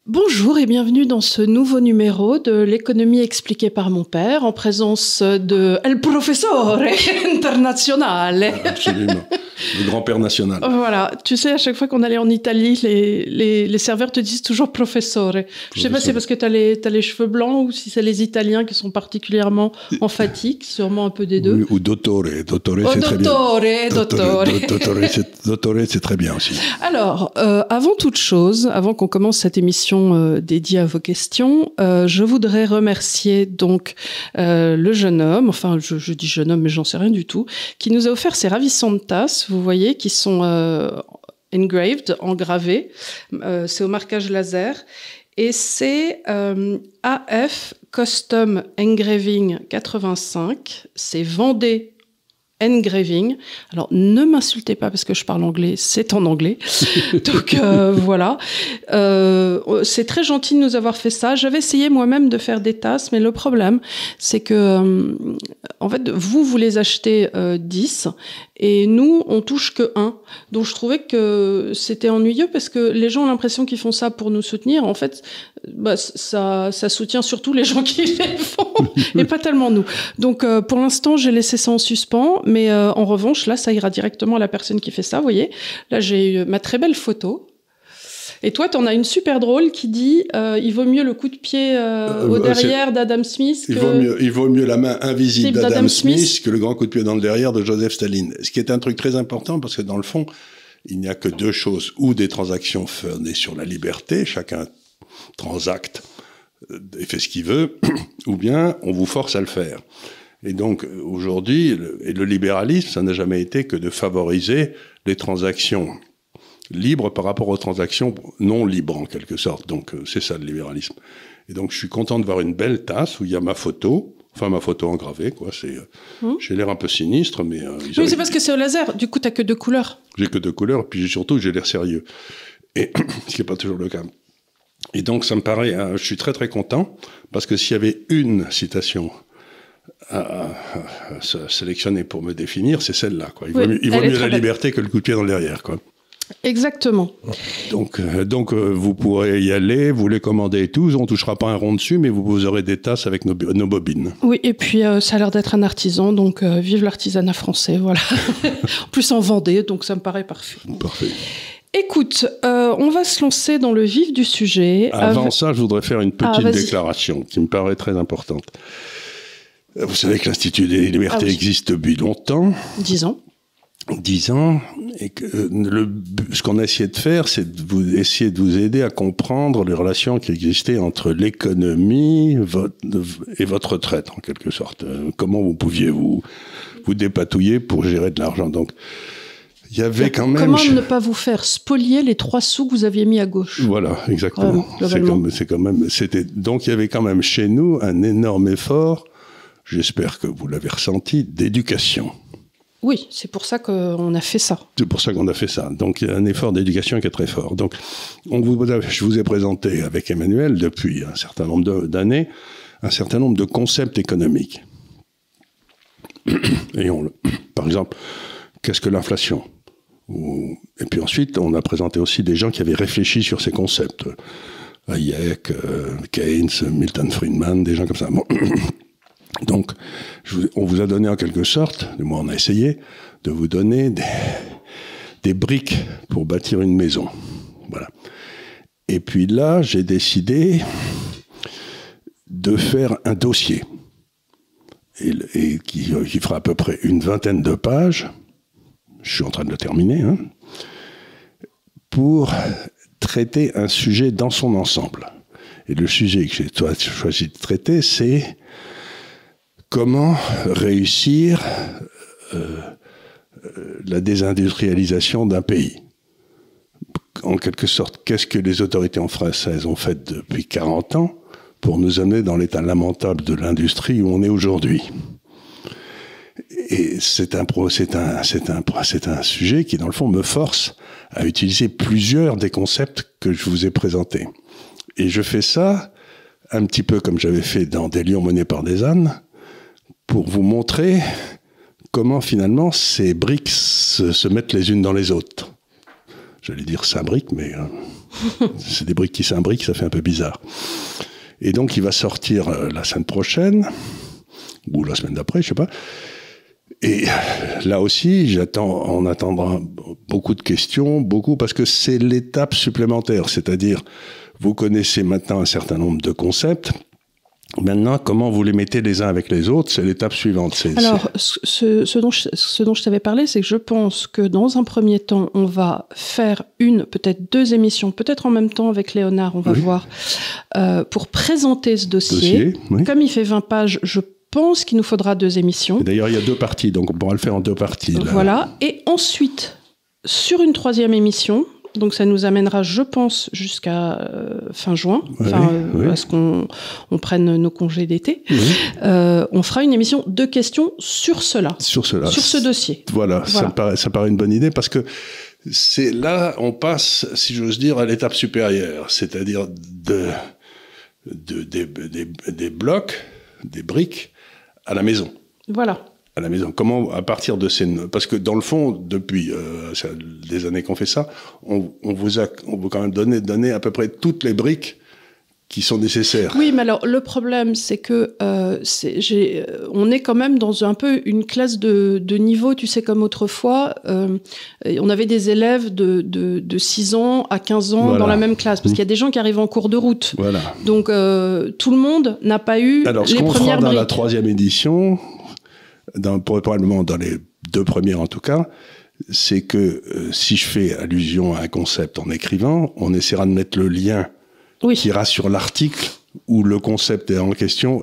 Bonjour et bienvenue dans ce nouveau numéro de l'économie expliquée par mon père en présence de El Professore Internazionale. Absolument, le grand-père national. Voilà, tu sais, à chaque fois qu'on allait en Italie, les serveurs te disent toujours Professore. Je sais pas si c'est parce que t'as les cheveux blancs ou si c'est les Italiens qui sont particulièrement emphatiques, sûrement un peu des deux. Oui, ou dottore, c'est très bien. Dottore, c'est très bien aussi. Alors, avant toute chose, avant qu'on commence cette émission dédiée à vos questions, je voudrais remercier donc le jeune homme, enfin je dis jeune homme mais j'en sais rien du tout, qui nous a offert ces ravissantes tasses, vous voyez, qui sont engraved, engravées, c'est au marquage laser, et c'est AF Custom Engraving 85, c'est Vendée Engraving. Alors, ne m'insultez pas parce que je parle anglais, c'est en anglais. Donc, voilà. C'est très gentil de nous avoir fait ça. J'avais essayé moi-même de faire des tasses, mais le problème, c'est que, en fait, vous les achetez 10 et nous, on touche que 1. Donc, je trouvais que c'était ennuyeux parce que les gens ont l'impression qu'ils font ça pour nous soutenir. En fait, ça soutient surtout les gens qui les font et pas tellement nous. Donc, pour l'instant, j'ai laissé ça en suspens. Mais en revanche, là, ça ira directement à la personne qui fait ça, vous voyez. Là, j'ai eu ma très belle photo. Et toi, t'en as une super drôle qui dit il vaut mieux le coup de pied au derrière d'Adam Smith il vaut mieux la main invisible d'Adam Smith que le grand coup de pied dans le derrière de Joseph Staline. Ce qui est un truc très important parce que dans le fond, il n'y a que deux choses. Ou des transactions fondées sur la liberté, chacun transacte et fait ce qu'il veut, ou bien on vous force à le faire. Et donc, aujourd'hui, le libéralisme, ça n'a jamais été que de favoriser les transactions libres par rapport aux transactions non libres, en quelque sorte. Donc, c'est ça, le libéralisme. Et donc, je suis content de voir une belle tasse où il y a ma photo engravée, quoi. J'ai l'air un peu sinistre, mais... Oui, c'est parce que c'est au laser. Du coup, t'as que 2 couleurs. J'ai que 2 couleurs, et puis surtout, j'ai l'air sérieux. Et ce qui n'est pas toujours le cas. Et donc, ça me paraît... je suis très, très content, parce que s'il y avait une citation... à sélectionner pour me définir, c'est celle-là, quoi. Il vaut mieux la liberté que le coup de pied dans le derrière, quoi. Exactement. Donc, vous pourrez y aller, vous les commandez et tout, on ne touchera pas un rond dessus, mais vous aurez des tasses avec nos bobines. Oui, et puis ça a l'air d'être un artisan, donc vive l'artisanat français, voilà. En plus en Vendée, donc ça me paraît parfait. Parfait. Écoute, on va se lancer dans le vif du sujet. Avant ça, je voudrais faire une petite déclaration qui me paraît très importante. Vous savez que l'Institut des libertés existe depuis longtemps. 10 ans. 10 ans. Et que ce qu'on a essayé de faire, c'est essayer de vous aider à comprendre les relations qui existaient entre l'économie et votre retraite, en quelque sorte. Comment vous pouviez vous dépatouiller pour gérer de l'argent. Donc, il y avait quand même... Comment ne pas vous faire spolier les 3 sous que vous aviez mis à gauche? Voilà, exactement. Donc, il y avait quand même chez nous un énorme effort, j'espère que vous l'avez ressenti, d'éducation. Oui, c'est pour ça qu'on a fait ça. C'est pour ça qu'on a fait ça. Donc, il y a un effort d'éducation qui est très fort. Donc, je vous ai présenté avec Emmanuel, depuis un certain nombre d'années, un certain nombre de concepts économiques. Et par exemple, qu'est-ce que l'inflation ? Et puis ensuite, on a présenté aussi des gens qui avaient réfléchi sur ces concepts. Hayek, Keynes, Milton Friedman, des gens comme ça. Bon. Donc, on vous a donné en quelque sorte, du moins on a essayé, de vous donner des briques pour bâtir une maison. Voilà. Et puis là, j'ai décidé de faire un dossier et qui fera à peu près une vingtaine de pages. Je suis en train de le terminer, pour traiter un sujet dans son ensemble. Et le sujet que j'ai choisi de traiter, c'est comment réussir la désindustrialisation d'un pays. En quelque sorte, qu'est-ce que les autorités françaises ont fait depuis 40 ans pour nous amener dans l'état lamentable de l'industrie où on est aujourd'hui. Et c'est un sujet qui, dans le fond, me force à utiliser plusieurs des concepts que je vous ai présentés. Et je fais ça un petit peu comme j'avais fait dans Des lions menés par des ânes, pour vous montrer comment, finalement, ces briques se mettent les unes dans les autres. J'allais dire s'imbriquent, mais C'est des briques qui s'imbriquent, ça fait un peu bizarre. Et donc, il va sortir la semaine prochaine, ou la semaine d'après, je sais pas. Et là aussi, on attendra beaucoup de questions, parce que c'est l'étape supplémentaire. C'est-à-dire, vous connaissez maintenant un certain nombre de concepts. Maintenant, comment vous les mettez les uns avec les autres, c'est l'étape suivante. Alors, ce dont je t'avais parlé, c'est que je pense que dans un premier temps, on va faire peut-être 2 émissions, peut-être en même temps avec Léonard, on va voir, pour présenter ce dossier. Oui. Comme il fait 20 pages, je pense qu'il nous faudra 2 émissions. Et d'ailleurs, il y a 2 parties, donc on pourra le faire en 2 parties. Là. Voilà, et ensuite, sur une 3e émission... Donc ça nous amènera, je pense, jusqu'à fin juin, à ce qu'on prenne nos congés d'été. Oui. On fera une émission de questions sur cela. Sur ce dossier. Voilà. Ça me paraît une bonne idée parce que c'est là, on passe, si j'ose dire, à l'étape supérieure, c'est-à-dire des blocs, des briques à la maison. Voilà. À la maison. Comment, à partir de ces... Parce que dans le fond, depuis des années qu'on fait ça, on vous quand même donné à peu près toutes les briques qui sont nécessaires. Oui, mais alors, le problème, c'est que on est quand même dans un peu une classe de niveau, tu sais, comme autrefois. On avait des élèves de 6 ans à 15 ans dans la même classe, parce qu'il y a des gens qui arrivent en cours de route. Voilà. Donc, tout le monde n'a pas eu les premières briques. Alors, ce qu'on fera dans la 3e édition... probablement dans les 2 premières en tout cas, c'est que si je fais allusion à un concept en écrivant, on essaiera de mettre le lien qui ira sur l'article où le concept est en question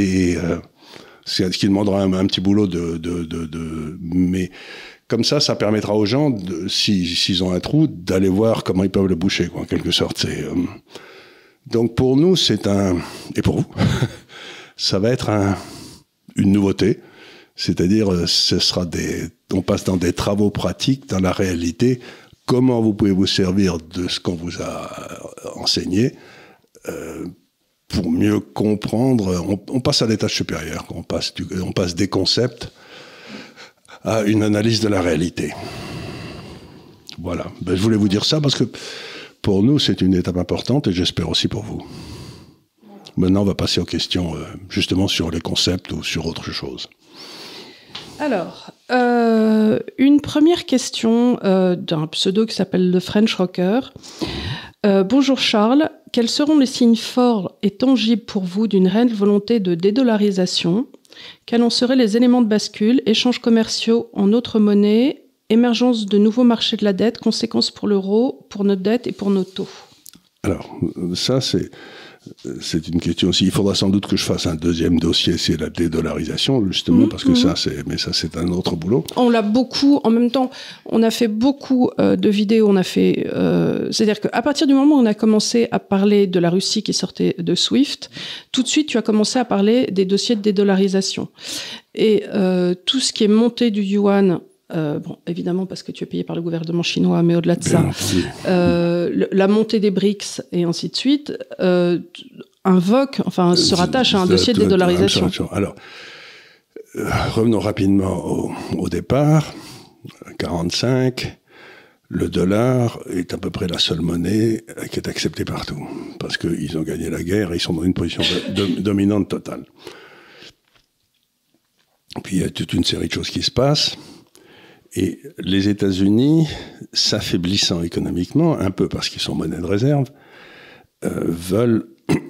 ce qui demandera un petit boulot mais comme ça permettra aux gens, s'ils ont un trou, d'aller voir comment ils peuvent le boucher, quoi, en quelque sorte. Donc pour nous, et pour vous, ça va être une nouveauté. C'est-à-dire, on passe dans des travaux pratiques, dans la réalité, comment vous pouvez vous servir de ce qu'on vous a enseigné pour mieux comprendre. On passe à l'étage supérieur, on passe des concepts à une analyse de la réalité. Voilà. Je voulais vous dire ça parce que pour nous, c'est une étape importante et j'espère aussi pour vous. Maintenant, on va passer aux questions justement sur les concepts ou sur autre chose. Alors, une première question d'un pseudo qui s'appelle The French Rocker. Bonjour Charles, quels seront les signes forts et tangibles pour vous d'une réelle volonté de dédollarisation ? Quels en seraient les éléments de bascule, échanges commerciaux en autre monnaie, émergence de nouveaux marchés de la dette, conséquences pour l'euro, pour notre dette et pour nos taux ? Alors, ça c'est une question aussi. Il faudra sans doute que je fasse un 2e dossier, c'est la dédollarisation, justement, parce que ça, c'est un autre boulot. On l'a beaucoup, en même temps, on a fait beaucoup de vidéos, c'est-à-dire qu'à partir du moment où on a commencé à parler de la Russie qui sortait de SWIFT, tout de suite, tu as commencé à parler des dossiers de dédollarisation. Et tout ce qui est montée du yuan, évidemment parce que tu es payé par le gouvernement chinois, mais au-delà de ça, la montée des BRICS et ainsi de suite, se rattache à un dossier de dédollarisation. Alors, revenons rapidement au départ. 45, le dollar est à peu près la seule monnaie qui est acceptée partout, parce qu'ils ont gagné la guerre et ils sont dans une position dominante totale. Puis il y a toute une série de choses qui se passent. Et les États-Unis, s'affaiblissant économiquement, un peu parce qu'ils sont monnaie de réserve, veulent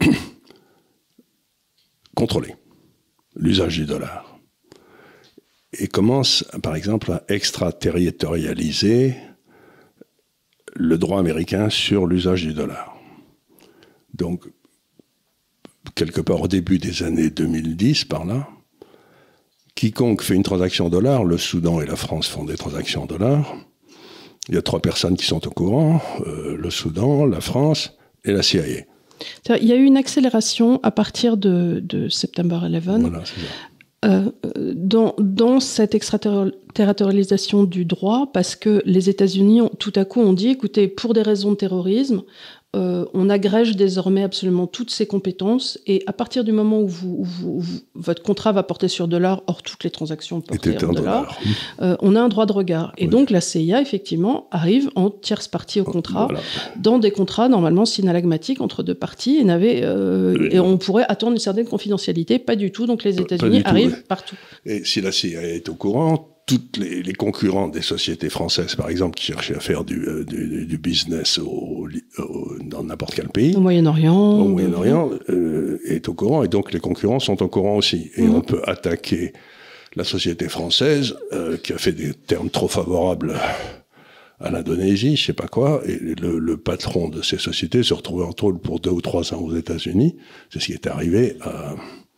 contrôler l'usage du dollar. Et commencent, par exemple, à extraterritorialiser le droit américain sur l'usage du dollar. Donc, quelque part au début des années 2010, par là, quiconque fait une transaction en dollars, le Soudan et la France font des transactions en dollars. Il y a 3 personnes qui sont au courant, le Soudan, la France et la CIA. Il y a eu une accélération à partir de September 11. Voilà, c'est ça. Dans cette extraterritorialisation du droit, parce que les États-Unis, tout à coup, ont dit, écoutez, pour des raisons de terrorisme, on agrège désormais absolument toutes ces compétences et à partir du moment où votre contrat va porter sur $, or toutes les transactions portées en dollars, on a un droit de regard. Et donc la CIA, effectivement, arrive en tierce partie au contrat, dans des contrats normalement synalagmatiques entre deux parties, et on pourrait attendre une certaine confidentialité. Pas du tout, donc les États-Unis arrivent partout. Et si la CIA est au courant, tous les concurrents des sociétés françaises, par exemple, qui cherchaient à faire du business dans n'importe quel pays, au Moyen-Orient, est au courant, et donc les concurrents sont au courant aussi. Et on peut attaquer la société française, qui a fait des termes trop favorables à l'Indonésie, je sais pas quoi, et le patron de ces sociétés se retrouvait en tôle pour 2 ou 3 ans aux États-Unis. C'est ce qui est arrivé à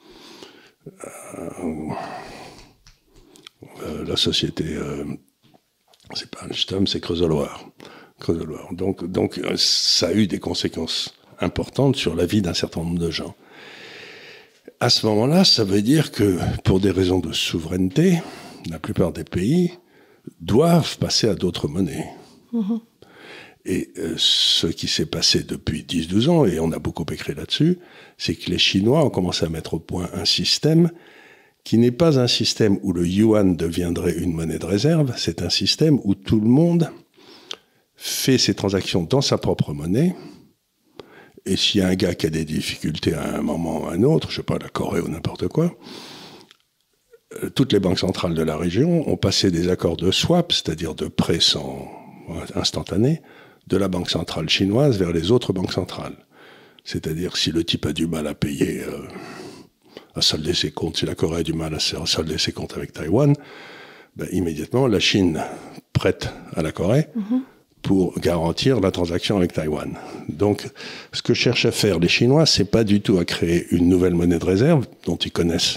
la société, c'est pas Alstom, c'est Creusot-Loire. Donc, ça a eu des conséquences importantes sur la vie d'un certain nombre de gens. À ce moment-là, ça veut dire que, pour des raisons de souveraineté, la plupart des pays doivent passer à d'autres monnaies. Et ce qui s'est passé depuis 10-12 ans, et on a beaucoup écrit là-dessus, c'est que les Chinois ont commencé à mettre au point un système qui n'est pas un système où le yuan deviendrait une monnaie de réserve, c'est un système où tout le monde fait ses transactions dans sa propre monnaie, et s'il y a un gars qui a des difficultés à un moment ou à un autre, je sais pas, la Corée ou n'importe quoi, toutes les banques centrales de la région ont passé des accords de swap, c'est-à-dire de prêt instantané, de la banque centrale chinoise vers les autres banques centrales. C'est-à-dire si le type a du mal à payer... à solder ses comptes, si la Corée a du mal à solder ses comptes avec Taïwan, immédiatement la Chine prête à la Corée pour garantir la transaction avec Taïwan. Donc, ce que cherchent à faire les Chinois, c'est pas du tout à créer une nouvelle monnaie de réserve dont ils connaissent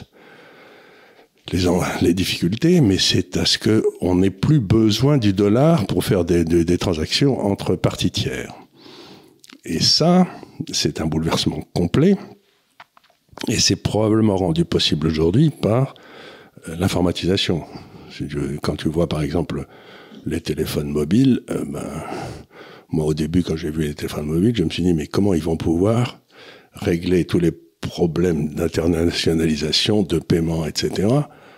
les difficultés, mais c'est à ce qu'on n'ait plus besoin du dollar pour faire des transactions entre parties tiers. Et ça, c'est un bouleversement complet. Et c'est probablement rendu possible aujourd'hui par l'informatisation. Quand tu vois, par exemple, les téléphones mobiles, moi, au début, quand j'ai vu les téléphones mobiles, je me suis dit, mais comment ils vont pouvoir régler tous les problèmes d'internationalisation, de paiement, etc.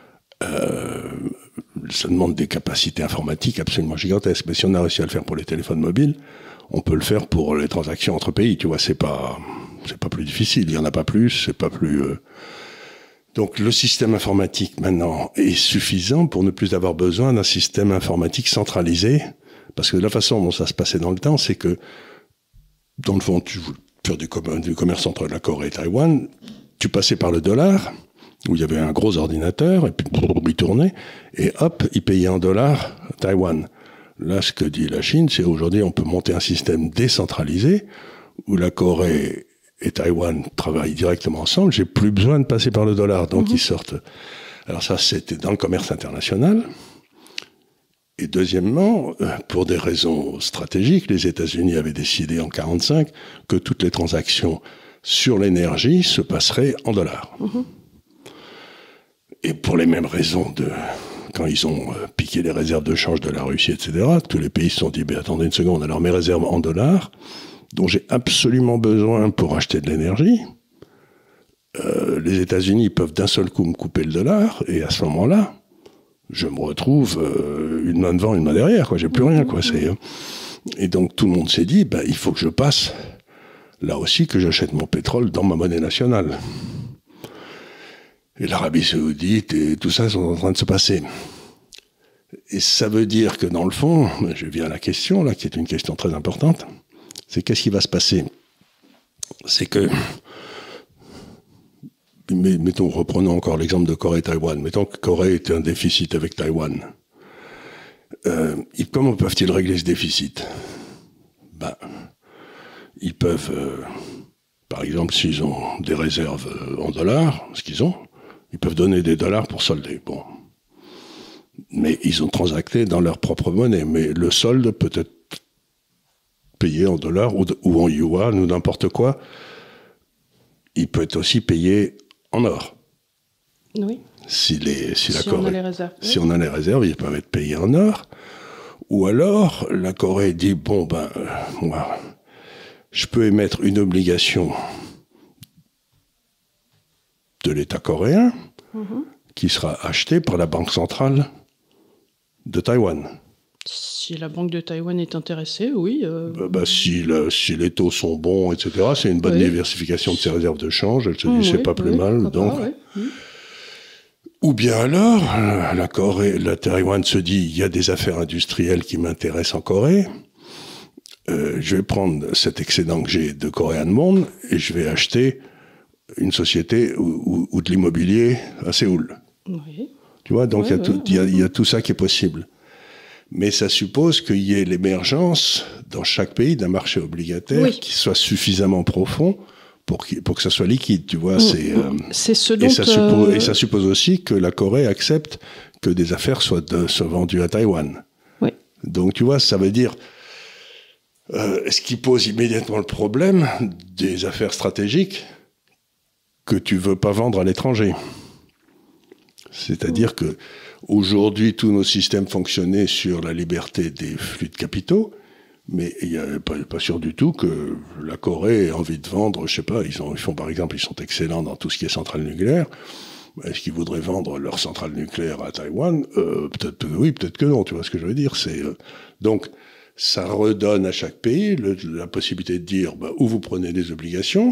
Ça demande des capacités informatiques absolument gigantesques. Mais si on a réussi à le faire pour les téléphones mobiles, on peut le faire pour les transactions entre pays. Tu vois, c'est pas plus difficile, il n'y en a pas plus, c'est pas plus... Donc le système informatique maintenant est suffisant pour ne plus avoir besoin d'un système informatique centralisé, parce que la façon dont ça se passait dans le temps, c'est que, dans le fond, tu voulais faire du commerce entre la Corée et Taïwan, tu passais par le dollar, où il y avait un gros ordinateur, et puis il tournait, et hop, il payait en dollars à Taïwan. Là, ce que dit la Chine, c'est aujourd'hui on peut monter un système décentralisé, où la Corée et Taïwan travaillent directement ensemble, j'ai plus besoin de passer par le dollar, donc ils sortent. Alors ça, c'était dans le commerce international. Et deuxièmement, pour des raisons stratégiques, les États-Unis avaient décidé en 1945 que toutes les transactions sur l'énergie se passeraient en dollars. Et pour les mêmes raisons quand ils ont piqué les réserves de change de la Russie, etc., tous les pays se sont dit, attendez une seconde, alors mes réserves en dollars, dont j'ai absolument besoin pour acheter de l'énergie, les États-Unis peuvent d'un seul coup me couper le dollar, et à ce moment-là, je me retrouve une main devant, une main derrière, quoi. J'ai plus rien, quoi. Et donc tout le monde s'est dit, il faut que je passe, là aussi, que j'achète mon pétrole dans ma monnaie nationale. Et l'Arabie Saoudite et tout ça sont en train de se passer. Et ça veut dire que dans le fond, je viens à la question, là, qui est une question très importante, c'est qu'est-ce qui va se passer? C'est que, mettons, reprenons encore l'exemple de Corée et Taïwan. Mettons que Corée était un déficit avec Taïwan. Comment peuvent-ils régler ce déficit? Ils peuvent, par exemple, s'ils ont des réserves en dollars, ce qu'ils ont, ils peuvent donner des dollars pour solder. Bon. Mais ils ont transacté dans leur propre monnaie. Mais le solde peut être payé en dollars ou en yuan ou n'importe quoi. Il peut être aussi payé en or. Oui. Si on a les réserves. Si on a les réserves, ils peuvent être payés en or. Ou alors, la Corée dit, moi, je peux émettre une obligation de l'État coréen qui sera achetée par la Banque centrale de Taïwan. Si la Banque de Taïwan est intéressée, oui. Si les taux sont bons, etc., c'est une bonne diversification de ses réserves de change. Elle se dit, c'est pas plus mal. Donc. Ou bien alors, la Taïwan se dit, il y a des affaires industrielles qui m'intéressent en Corée. Je vais prendre cet excédent que j'ai de Korean Monde et je vais acheter une société ou de l'immobilier à Séoul. Oui. Tu vois, donc il y a tout ça qui est possible. Mais ça suppose qu'il y ait l'émergence dans chaque pays d'un marché obligataire qui soit suffisamment profond pour que ça soit liquide, tu vois. C'est ce dont... Et ça suppose aussi que la Corée accepte que des affaires soient vendues à Taïwan. Oui. Donc, tu vois, ça veut dire... ce qui pose immédiatement le problème des affaires stratégiques que tu veux pas vendre à l'étranger. C'est-à-dire que aujourd'hui, tous nos systèmes fonctionnaient sur la liberté des flux de capitaux, mais il n'y a pas sûr du tout que la Corée ait envie de vendre, je sais pas, ils font par exemple, ils sont excellents dans tout ce qui est centrale nucléaire. Est-ce qu'ils voudraient vendre leur centrale nucléaire à Taïwan ? Peut-être oui, peut-être que non, tu vois ce que je veux dire. Donc, ça redonne à chaque pays la possibilité de dire où vous prenez des obligations,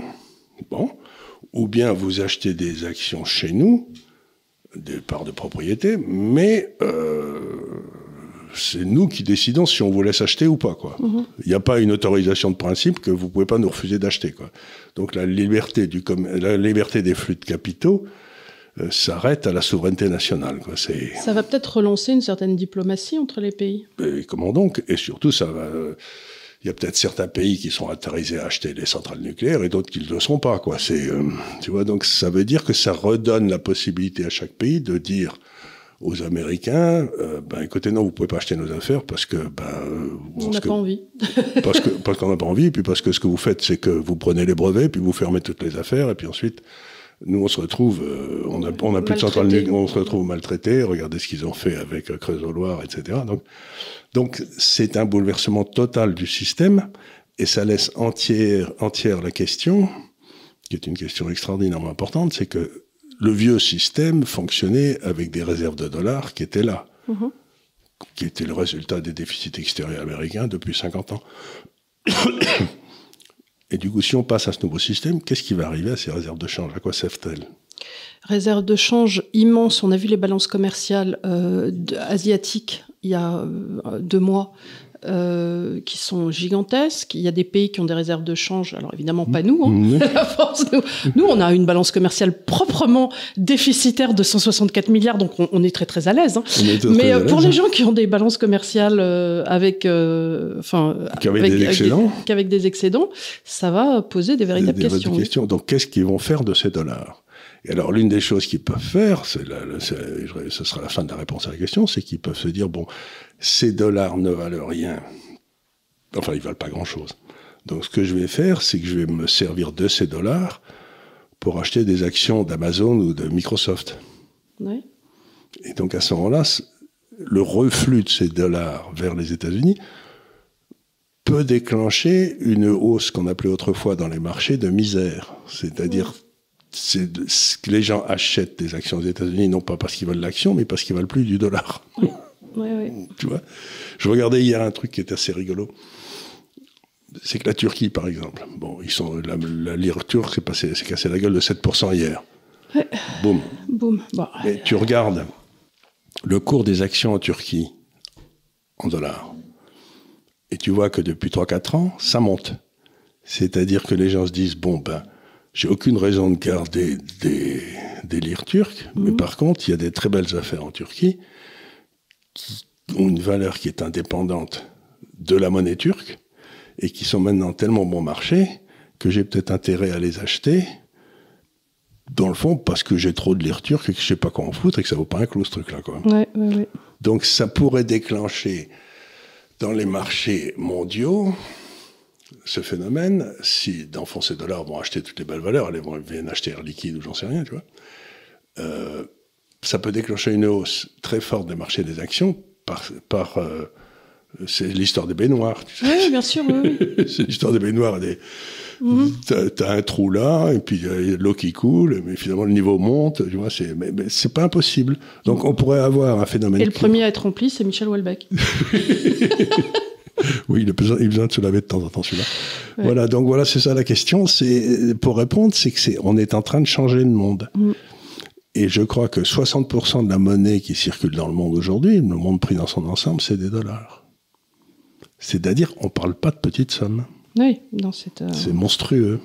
ou bien vous achetez des actions chez nous, des parts de propriété, mais c'est nous qui décidons si on vous laisse acheter ou pas, quoi. Il n'y a pas une autorisation de principe que vous pouvez pas nous refuser d'acheter, quoi. Donc la liberté des flux de capitaux s'arrête à la souveraineté nationale, quoi. Ça va peut-être relancer une certaine diplomatie entre les pays. Et comment donc ? Et surtout, ça va... Il y a peut-être certains pays qui sont autorisés à acheter des centrales nucléaires et d'autres qui ne le sont pas, quoi. Tu vois, donc ça veut dire que ça redonne la possibilité à chaque pays de dire aux Américains, écoutez, non, vous pouvez pas acheter nos affaires parce que... on n'a pas envie. parce qu'on n'a pas envie, puis parce que ce que vous faites, c'est que vous prenez les brevets, puis vous fermez toutes les affaires, et puis ensuite... Nous, on se retrouve, on a plus de centrales nucléaires, on se retrouve maltraités. Regardez ce qu'ils ont fait avec Creusot-Loire, etc. Donc, c'est un bouleversement total du système, et ça laisse entière la question, qui est une question extraordinairement importante, c'est que le vieux système fonctionnait avec des réserves de dollars qui étaient là, qui étaient le résultat des déficits extérieurs américains depuis 50 ans. Et du coup, si on passe à ce nouveau système, qu'est-ce qui va arriver à ces réserves de change ? À quoi servent-elles ? Réserves de change immenses. On a vu les balances commerciales asiatiques il y a 2 mois qui sont gigantesques. Il y a des pays qui ont des réserves de change. Alors évidemment pas nous. À force, nous, on a une balance commerciale proprement déficitaire de 164 milliards, donc on est très très à l'aise. Mais pour les gens qui ont des balances commerciales avec des excédents, ça va poser des véritables questions. Donc qu'est-ce qu'ils vont faire de ces dollars ? Et alors, l'une des choses qu'ils peuvent faire, ce sera la fin de la réponse à la question, c'est qu'ils peuvent se dire, ces dollars ne valent rien. Enfin, ils valent pas grand-chose. Donc, ce que je vais faire, c'est que je vais me servir de ces dollars pour acheter des actions d'Amazon ou de Microsoft. Oui. Et donc, à ce moment-là, le reflux de ces dollars vers les États-Unis peut déclencher une hausse qu'on appelait autrefois dans les marchés de misère. C'est-à-dire... c'est que les gens achètent des actions aux États-Unis, non pas parce qu'ils veulent l'action, mais parce qu'ils valent plus du dollar. Oui. Tu vois ? Je regardais hier un truc qui est assez rigolo. C'est que la Turquie, par exemple, la lire turque s'est cassé la gueule de 7% hier. Ouais. Boum. Et tu regardes le cours des actions en Turquie en dollars, et tu vois que depuis 3-4 ans, ça monte. C'est-à-dire que les gens se disent, j'ai aucune raison de garder des lires turques, mais par contre, il y a des très belles affaires en Turquie qui ont une valeur qui est indépendante de la monnaie turque et qui sont maintenant tellement bon marché que j'ai peut-être intérêt à les acheter, dans le fond, parce que j'ai trop de lires turques et que je sais pas quoi en foutre et que ça vaut pas un clou, ce truc-là, quoi. Ouais. Donc, ça pourrait déclencher dans les marchés mondiaux ce phénomène, si dans le fond ces dollars vont acheter toutes les belles valeurs, ils viennent acheter Air Liquide ou j'en sais rien, tu vois, ça peut déclencher une hausse très forte des marchés des actions par C'est l'histoire des baignoires. Oui, bien sûr. Oui. C'est l'histoire des baignoires. T'as un trou là, et puis il y a de l'eau qui coule, mais finalement le niveau monte. Tu vois, mais c'est pas impossible. Donc on pourrait avoir un phénomène. Et le premier à être rempli, c'est Michel Houellebecq. Oui, il a besoin de se laver de temps en temps, celui-là. Ouais. Voilà, donc voilà, c'est ça la question. Pour répondre, on est en train de changer le monde. Et je crois que 60% de la monnaie qui circule dans le monde aujourd'hui, le monde pris dans son ensemble, c'est des dollars. C'est-à-dire, on ne parle pas de petites sommes. Oui, c'est monstrueux.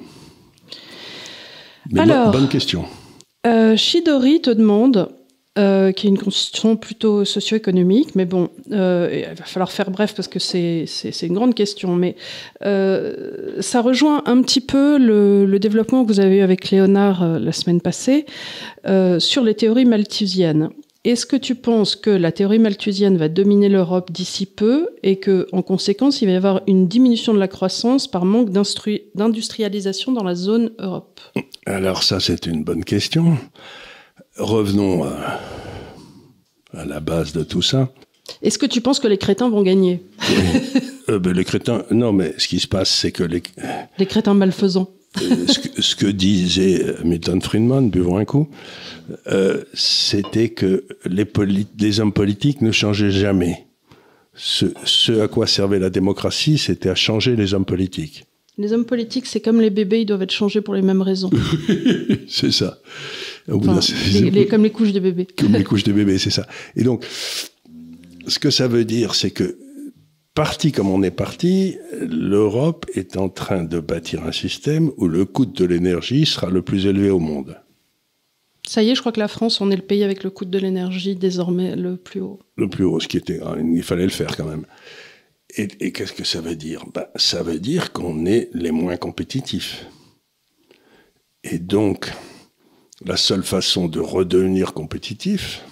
Mais alors, bonne question. Chidori te demande, qui est une constitution plutôt socio-économique, mais bon, il va falloir faire bref parce que c'est une grande question, mais ça rejoint un petit peu le développement que vous avez eu avec Léonard la semaine passée sur les théories malthusiennes. Est-ce que tu penses que la théorie malthusienne va dominer l'Europe d'ici peu et qu'en conséquence, il va y avoir une diminution de la croissance par manque d'industrialisation dans la zone Europe? Alors ça, c'est une bonne question. Revenons à la base de tout ça. Est-ce que tu penses que les crétins vont gagner? Les crétins... Non, mais ce qui se passe, c'est que les crétins malfaisants. Ce que disait Milton Friedman, buvons un coup, c'était que les hommes politiques ne changeaient jamais. Ce à quoi servait la démocratie, c'était à changer les hommes politiques. Les hommes politiques, c'est comme les bébés, ils doivent être changés pour les mêmes raisons. C'est ça. Enfin, comme les couches des bébés. Comme les couches des bébés, c'est ça. Et donc, ce que ça veut dire, c'est que parti comme on est parti, l'Europe est en train de bâtir un système où le coût de l'énergie sera le plus élevé au monde. Ça y est, je crois que la France, on est le pays avec le coût de l'énergie désormais le plus haut. Le plus haut, il fallait le faire quand même. Et qu'est-ce que ça veut dire? Ça veut dire qu'on est les moins compétitifs. Et donc, la seule façon de redevenir compétitif,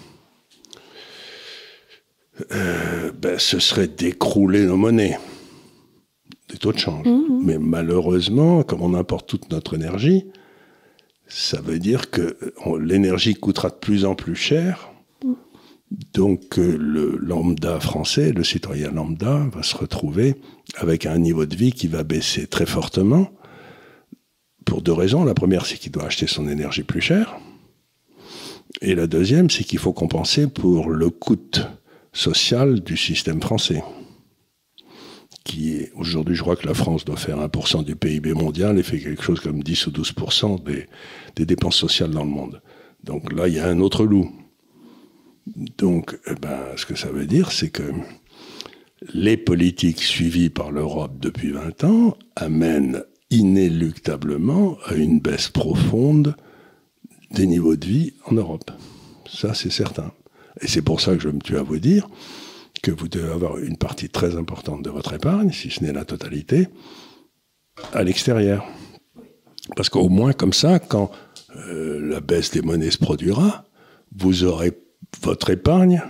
ce serait d'écrouler nos monnaies, des taux de change. Mais malheureusement, comme on importe toute notre énergie, ça veut dire que l'énergie coûtera de plus en plus cher. Donc le lambda français, le citoyen lambda, va se retrouver avec un niveau de vie qui va baisser très fortement pour deux raisons. La première, c'est qu'il doit acheter son énergie plus cher. Et la deuxième, c'est qu'il faut compenser pour le coût social du système français, qui est, aujourd'hui, je crois que la France doit faire 1% du PIB mondial et fait quelque chose comme 10 ou 12% des dépenses sociales dans le monde. Donc là, il y a un autre loup. Donc, ce que ça veut dire, c'est que les politiques suivies par l'Europe depuis 20 ans amènent inéluctablement à une baisse profonde des niveaux de vie en Europe. Ça, c'est certain. Et c'est pour ça que je me tue à vous dire que vous devez avoir une partie très importante de votre épargne, si ce n'est la totalité, à l'extérieur. Parce qu'au moins, comme ça, quand la baisse des monnaies se produira, vous aurez votre épargne,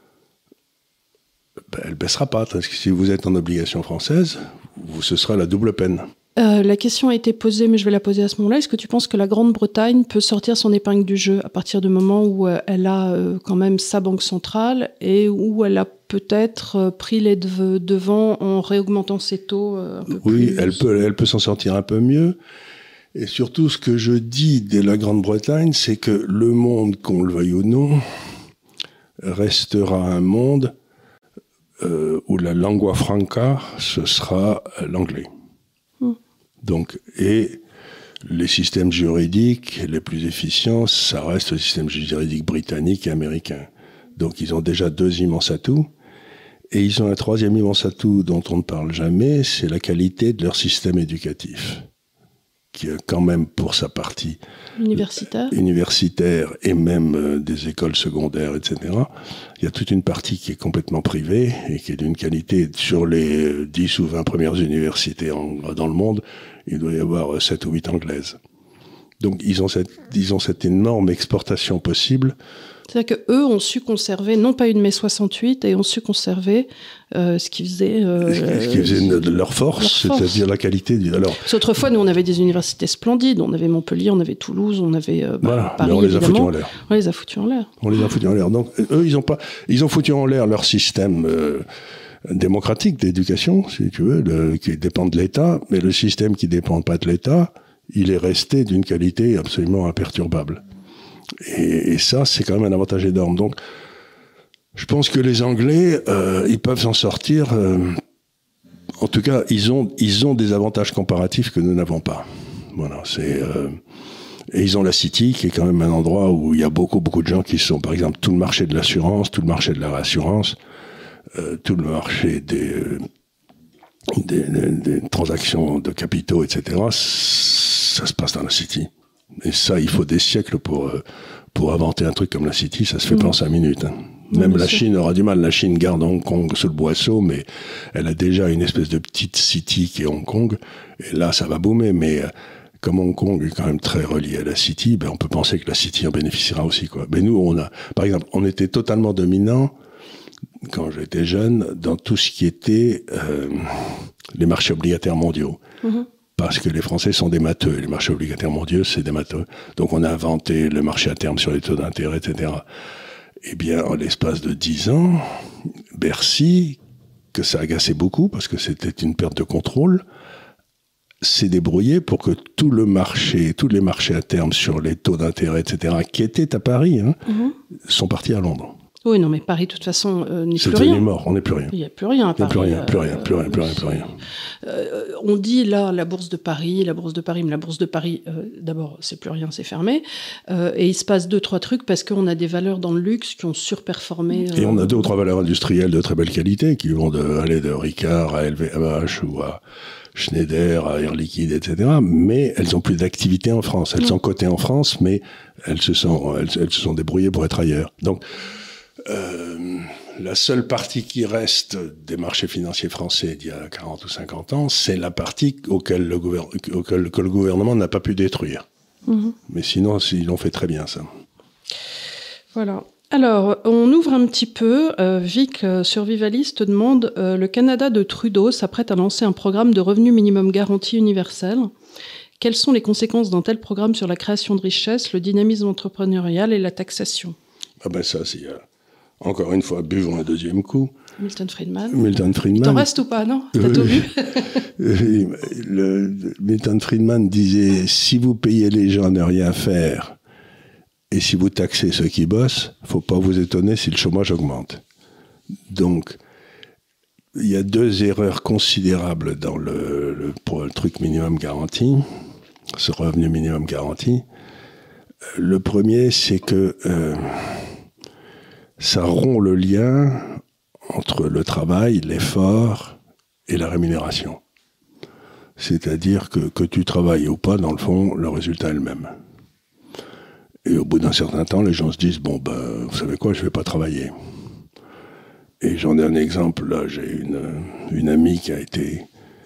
elle ne baissera pas. Parce que si vous êtes en obligation française, ce sera la double peine. La question a été posée, mais je vais la poser à ce moment-là. Est-ce que tu penses que la Grande-Bretagne peut sortir son épingle du jeu à partir du moment où elle a quand même sa banque centrale et où elle a peut-être pris les devants en réaugmentant ses taux un peu plus? Oui, elle peut s'en sortir un peu mieux. Et surtout, ce que je dis de la Grande-Bretagne, c'est que le monde, qu'on le veuille ou non, restera un monde où la lingua franca, ce sera l'anglais. Donc, et les systèmes juridiques les plus efficients, ça reste le système juridique britannique et américain. Donc, ils ont déjà deux immenses atouts. Et ils ont un troisième immense atout dont on ne parle jamais, c'est la qualité de leur système éducatif, qui est quand même pour sa partie universitaire et même des écoles secondaires, etc. Il y a toute une partie qui est complètement privée et qui est d'une qualité, sur les 10 ou 20 premières universités dans le monde, il doit y avoir 7 ou 8 anglaises. Donc ils ont cette énorme exportation possible. C'est-à-dire qu'eux ont su conserver, non pas une mai 68, et ont su conserver ce qui faisait... ce qui faisait de leur force, c'est-à-dire la qualité du... Alors, autrefois, nous, on avait des universités splendides. On avait Montpellier, on avait Toulouse, on avait voilà, Paris, mais on les a foutus en l'air. On les a foutus en l'air. On les a foutus en l'air. Donc, eux, ils ont foutu en l'air leur système démocratique d'éducation, si tu veux, qui dépend de l'État, mais le système qui ne dépend pas de l'État, il est resté d'une qualité absolument imperturbable. Et ça, c'est quand même un avantage énorme. Donc, je pense que les Anglais, ils peuvent s'en sortir. En tout cas, ils ont des avantages comparatifs que nous n'avons pas. Voilà, et ils ont la City, qui est quand même un endroit où il y a beaucoup de gens qui sont, par exemple, tout le marché de l'assurance, tout le marché de la réassurance, tout le marché des transactions de capitaux, etc. Ça se passe dans la City. Et ça, il faut des siècles pour inventer un truc comme la City. Ça se fait pas en 5 minutes. Hein. Même la Chine aura du mal. La Chine garde Hong Kong sous le boisseau, mais elle a déjà une espèce de petite City qui est Hong Kong. Et là, ça va boomer. Mais comme Hong Kong est quand même très relié à la City, on peut penser que la City en bénéficiera aussi, quoi. Mais nous, par exemple, on était totalement dominant quand j'étais jeune dans tout ce qui était les marchés obligataires mondiaux. Mmh. Parce que les Français sont des matheux. Les marchés obligataires mondiaux, c'est des matheux. Donc on a inventé le marché à terme sur les taux d'intérêt, etc. Eh bien, en l'espace de 10 ans, Bercy, que ça agaçait beaucoup parce que c'était une perte de contrôle, s'est débrouillé pour que tous les marchés à terme sur les taux d'intérêt, etc., qui étaient à Paris, sont partis à Londres. Oui, non, mais Paris, de toute façon, n'est plus rien. C'est devenu mort, on n'est plus rien. Il n'y a plus rien à Paris. Il n'y a plus rien. On dit là, la bourse de Paris, mais la bourse de Paris, d'abord, c'est plus rien, c'est fermé. Et il se passe 2-3 trucs parce qu'on a des valeurs dans le luxe qui ont surperformé. Et on a 2 ou 3 valeurs industrielles de très belle qualité qui vont aller de Ricard à LVMH ou à Schneider, à Air Liquide, etc. Mais elles n'ont plus d'activité en France. Elles sont cotées en France, mais elles se sont débrouillées pour être ailleurs. Donc, la seule partie qui reste des marchés financiers français d'il y a 40 ou 50 ans, c'est la partie que le gouvernement n'a pas pu détruire. Mmh. Mais sinon, ils l'ont fait très bien, ça. Voilà. Alors, on ouvre un petit peu. Vic, survivaliste, te demande le Canada de Trudeau s'apprête à lancer un programme de revenu minimum garanti universel. Quelles sont les conséquences d'un tel programme sur la création de richesse, le dynamisme entrepreneurial et la taxation ? Ça, c'est... Encore une fois, buvons un deuxième coup. Milton Friedman. Il t'en reste ou pas, non ? T'as tout vu ? Milton Friedman disait, si vous payez les gens à ne rien faire et si vous taxez ceux qui bossent, il ne faut pas vous étonner si le chômage augmente. Donc, il y a 2 erreurs considérables dans pour le truc minimum garanti, ce revenu minimum garanti. Le premier, c'est que... ça rompt le lien entre le travail, l'effort et la rémunération. C'est-à-dire que tu travailles ou pas, dans le fond, le résultat est le même. Et au bout d'un certain temps, les gens se disent, vous savez quoi, je ne vais pas travailler. Et j'en ai un exemple, là, j'ai une amie qui a été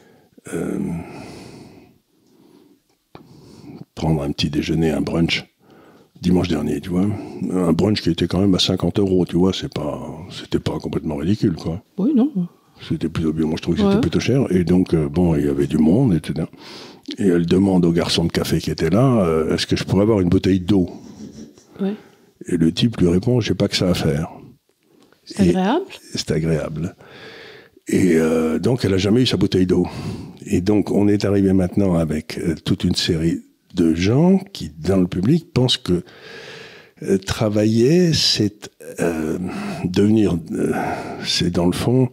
prendre un petit déjeuner, un brunch, dimanche dernier, tu vois. Un brunch qui était quand même à 50 €, tu vois, c'était pas complètement ridicule, quoi. Oui, non. C'était plutôt bien, moi je trouve que c'était plutôt cher. Et donc, il y avait du monde, etc. Et elle demande au garçon de café qui était là, est-ce que je pourrais avoir une bouteille d'eau ? Ouais. Et le type lui répond, j'ai pas que ça à faire. C'est agréable ? C'est agréable. Et donc, elle a jamais eu sa bouteille d'eau. Et donc, on est arrivé maintenant avec toute une série de gens qui, dans le public, pensent que travailler, c'est devenir... c'est dans le fond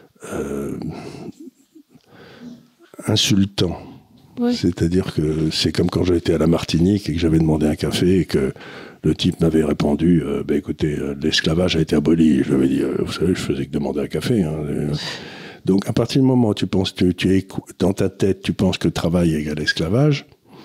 insultant. Ouais. C'est-à-dire que c'est comme quand j'étais à la Martinique et que j'avais demandé un café et que le type m'avait répondu écoutez, l'esclavage a été aboli. Je lui avais dit vous savez, je faisais que demander un café. Hein. Donc, à partir du moment où tu penses, dans ta tête, tu penses que travail égale esclavage,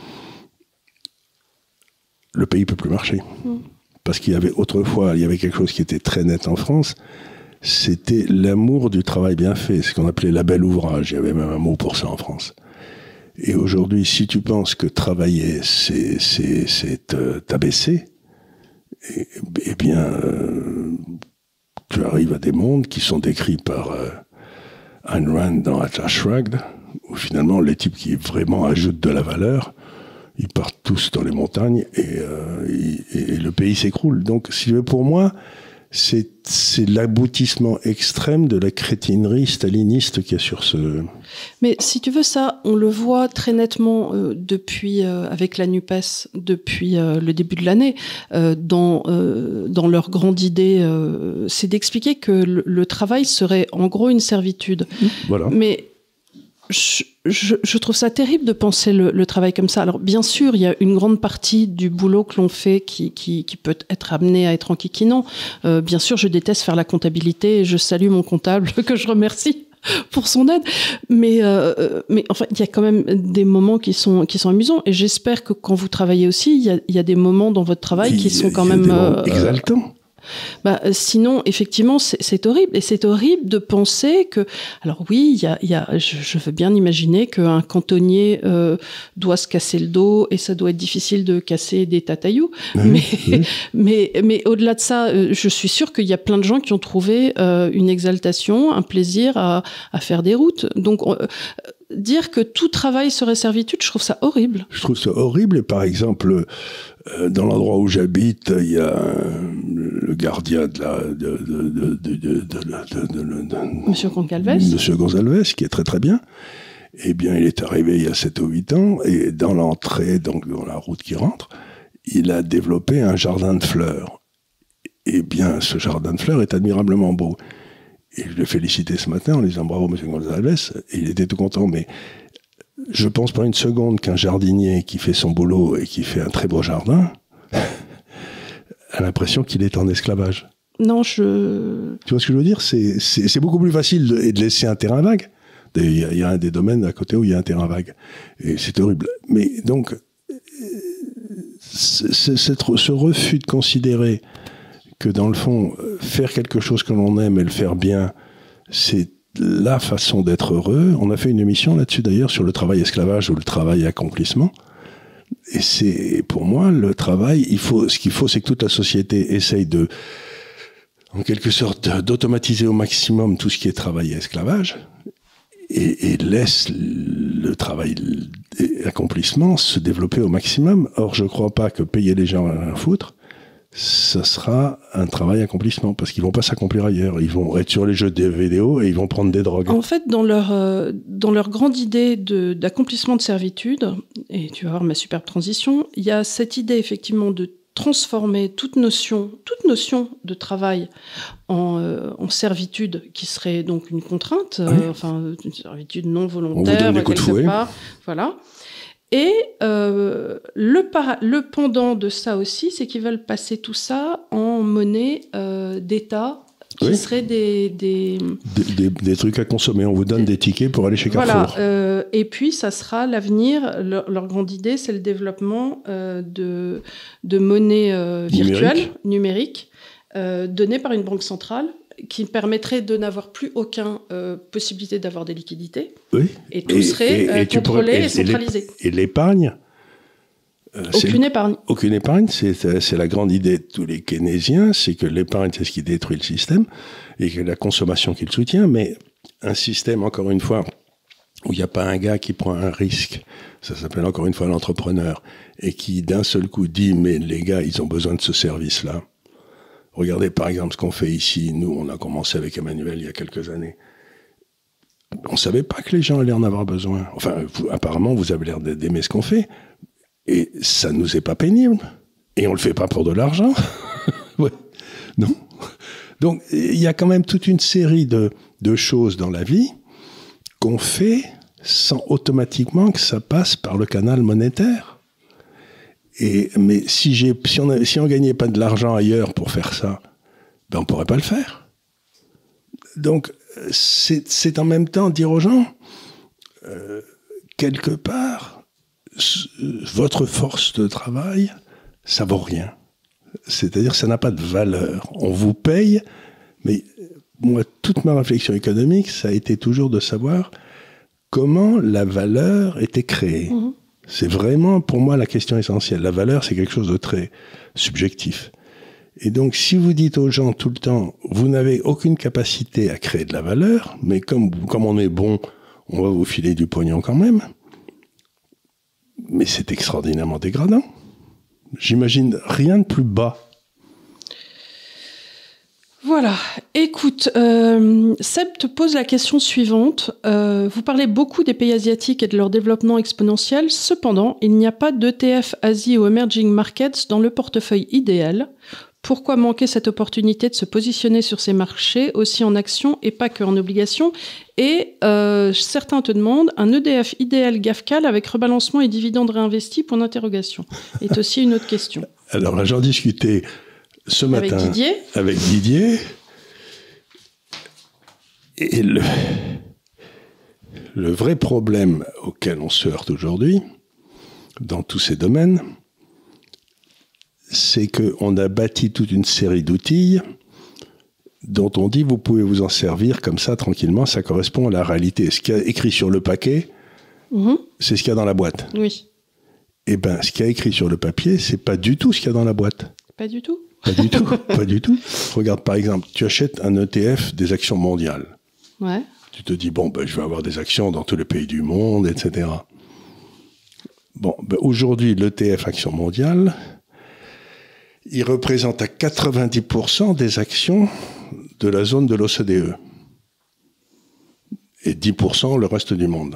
le pays ne peut plus marcher. Parce qu'il y avait autrefois, il y avait quelque chose qui était très net en France, c'était l'amour du travail bien fait, ce qu'on appelait la belle ouvrage. Il y avait même un mot pour ça en France. Et aujourd'hui, si tu penses que travailler, c'est t'abaisser, eh bien, tu arrives à des mondes qui sont décrits par Ayn Rand dans Atlas Shrugged, où finalement, les types qui vraiment ajoutent de la valeur, ils partent tous dans les montagnes et le pays s'écroule. Donc, si tu veux, pour moi, c'est l'aboutissement extrême de la crétinerie staliniste qu'il y a sur ce... Mais si tu veux ça, on le voit très nettement depuis, avec la NUPES, depuis le début de l'année, dans leur grande idée, c'est d'expliquer que le travail serait en gros une servitude. Voilà. Mais je trouve ça terrible de penser le travail comme ça. Alors bien sûr, il y a une grande partie du boulot que l'on fait qui peut être amené à être enquiquinant. Bien sûr, je déteste faire la comptabilité et je salue mon comptable que je remercie pour son aide. Mais enfin, il y a quand même des moments qui sont amusants. Et j'espère que quand vous travaillez aussi, il y a des moments dans votre travail qui sont quand même exaltants. Sinon, effectivement, c'est horrible. Et c'est horrible de penser que... Alors oui, je veux bien imaginer qu'un cantonnier doit se casser le dos et ça doit être difficile de casser des tatailloux. Mais au-delà de ça, je suis sûre qu'il y a plein de gens qui ont trouvé une exaltation, un plaisir à faire des routes. Donc... dire que tout travail serait servitude, je trouve ça horrible. Je trouve ça horrible. Et par exemple, dans l'endroit où j'habite, il y a le gardien Monsieur Gonzalez. Monsieur Gonzalez, qui est très très bien. Eh bien, il est arrivé il y a 7 ou 8 ans, et dans l'entrée, donc dans la route qui rentre, il a développé un jardin de fleurs. Eh bien, ce jardin de fleurs est admirablement beau. Et je l'ai félicité ce matin en lui disant bravo Monsieur Gonzalez, et il était tout content. Mais je pense pas une seconde qu'un jardinier qui fait son boulot et qui fait un très beau jardin a l'impression qu'il est en esclavage. Non, Tu vois ce que je veux dire ? C'est beaucoup plus facile de laisser un terrain vague. Il y a un des domaines à côté où il y a un terrain vague. Et c'est horrible. Mais donc, ce refus de considérer que dans le fond, faire quelque chose que l'on aime et le faire bien, c'est la façon d'être heureux. On a fait une émission là-dessus d'ailleurs sur le travail esclavage ou le travail accomplissement. Et c'est, pour moi, le travail, ce qu'il faut, c'est que toute la société essaye de, en quelque sorte, d'automatiser au maximum tout ce qui est travail et esclavage et laisse le travail accomplissement se développer au maximum. Or, je crois pas que payer les gens à rien foutre, ça sera un travail accomplissement, parce qu'ils vont pas s'accomplir ailleurs. Ils vont être sur les jeux de vidéo et ils vont prendre des drogues. En fait, dans leur grande idée d'accomplissement de servitude, et tu vas voir ma superbe transition, il y a cette idée effectivement de transformer toute notion de travail en servitude, qui serait donc une contrainte, enfin une servitude non volontaire quelque part, voilà. Et le pendant de ça aussi, c'est qu'ils veulent passer tout ça en monnaie d'État, qui seraient des trucs à consommer. On vous donne des tickets pour aller chez Carrefour. Voilà. Et puis, ça sera l'avenir. Leur grande idée, c'est le développement de monnaies virtuelles, numériques, données par une banque centrale, qui permettrait de n'avoir plus aucune possibilité d'avoir des liquidités. Oui. Et tout serait contrôlé et centralisé. Et l'épargne Aucune épargne, c'est la grande idée de tous les keynésiens, c'est que l'épargne, c'est ce qui détruit le système, et que la consommation qui le soutient, mais un système, encore une fois, où il n'y a pas un gars qui prend un risque, ça s'appelle encore une fois l'entrepreneur, et qui d'un seul coup dit, mais les gars, ils ont besoin de ce service-là. Regardez par exemple ce qu'on fait ici. Nous, on a commencé avec Emmanuel il y a quelques années. On ne savait pas que les gens allaient en avoir besoin. Enfin, apparemment, vous avez l'air d'aimer ce qu'on fait. Et ça ne nous est pas pénible. Et on ne le fait pas pour de l'argent. Ouais. Non. Donc, il y a quand même toute une série de choses dans la vie qu'on fait sans automatiquement que ça passe par le canal monétaire. Mais si on gagnait pas de l'argent ailleurs pour faire ça, ben on pourrait pas le faire. Donc c'est en même temps dire aux gens quelque part votre force de travail ça vaut rien. C'est-à-dire ça n'a pas de valeur. On vous paye, mais moi toute ma réflexion économique ça a été toujours de savoir comment la valeur était créée. Mmh. C'est vraiment, pour moi, la question essentielle. La valeur, c'est quelque chose de très subjectif. Et donc, si vous dites aux gens tout le temps, vous n'avez aucune capacité à créer de la valeur, mais comme on est bon, on va vous filer du pognon quand même. Mais c'est extraordinairement dégradant. J'imagine rien de plus bas. Voilà. Écoute, Seb te pose la question suivante. Vous parlez beaucoup des pays asiatiques et de leur développement exponentiel. Cependant, il n'y a pas d'ETF Asie ou Emerging Markets dans le portefeuille idéal. Pourquoi manquer cette opportunité de se positionner sur ces marchés, aussi en actions et pas qu'en obligations? Et certains te demandent un EDF idéal GAFCAL avec rebalancement et dividendes réinvestis, point d'interrogation. Est aussi une autre question. Alors là, j'en discutais ce matin avec Didier. Et le vrai problème auquel on se heurte aujourd'hui, dans tous ces domaines, c'est qu'on a bâti toute une série d'outils dont on dit vous pouvez vous en servir comme ça tranquillement, ça correspond à la réalité. Ce qu'il y a écrit sur le paquet, c'est ce qu'il y a dans la boîte. Oui. Eh bien, ce qu'il y a écrit sur le papier, c'est pas du tout ce qu'il y a dans la boîte. Pas du tout. Pas du tout, pas du tout. Regarde, par exemple, tu achètes un ETF des actions mondiales. Ouais. Tu te dis, bon, je vais avoir des actions dans tous les pays du monde, etc. Bon, aujourd'hui, l'ETF Actions mondiales, il représente à 90% des actions de la zone de l'OCDE. Et 10% le reste du monde.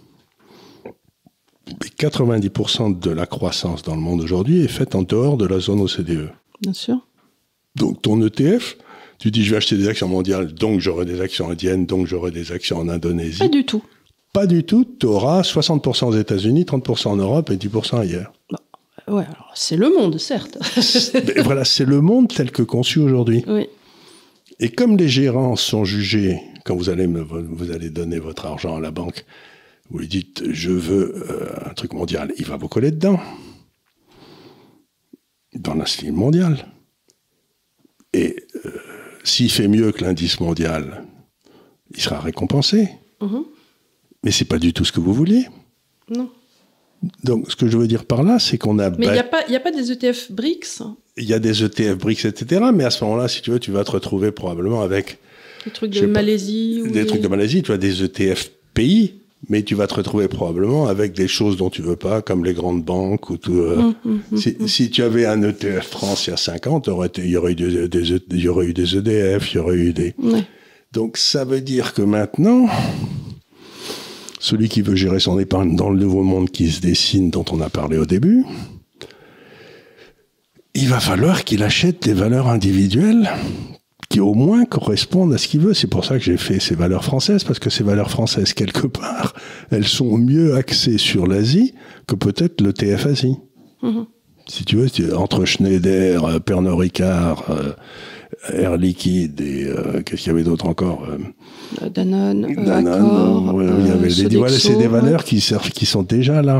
Et 90% de la croissance dans le monde aujourd'hui est faite en dehors de la zone OCDE. Bien sûr. Donc ton ETF, tu dis je vais acheter des actions mondiales, donc j'aurai des actions indiennes, donc j'aurai des actions en Indonésie. Pas du tout. Pas du tout. Tu auras 60% aux États-Unis, 30% en Europe et 10% ailleurs. Ouais, alors c'est le monde, certes. Mais voilà, c'est le monde tel que conçu aujourd'hui. Oui. Et comme les gérants sont jugés, quand vous allez donner votre argent à la banque, vous lui dites je veux un truc mondial, il va vous coller dedans. Dans la style mondiale. Et s'il fait mieux que l'indice mondial, il sera récompensé. Mais c'est pas du tout ce que vous vouliez. Non. Donc, ce que je veux dire par là, c'est qu'on a... Mais il n'y a pas des ETF BRICS? Il y a des ETF BRICS, etc. Mais à ce moment-là, si tu veux, tu vas te retrouver probablement avec... Des trucs de Malaisie? Des trucs de Malaisie, tu as des ETF pays, mais tu vas te retrouver probablement avec des choses dont tu veux pas, comme les grandes banques ou tout. Si tu avais un ETF France il y a 5 ans, il y aurait eu des EDF, il y aurait eu des... Ouais. Donc ça veut dire que maintenant, celui qui veut gérer son épargne dans le nouveau monde qui se dessine, dont on a parlé au début, il va falloir qu'il achète des valeurs individuelles qui au moins correspondent à ce qu'il veut. C'est pour ça que j'ai fait ces valeurs françaises, parce que ces valeurs françaises, quelque part, elles sont mieux axées sur l'Asie que peut-être le TF Asie. Si tu veux, entre Schneider, Pernod Ricard, Air Liquide et qu'est-ce qu'il y avait d'autre encore Danone, Accor, il y avait voilà, c'est des valeurs qui sont déjà là.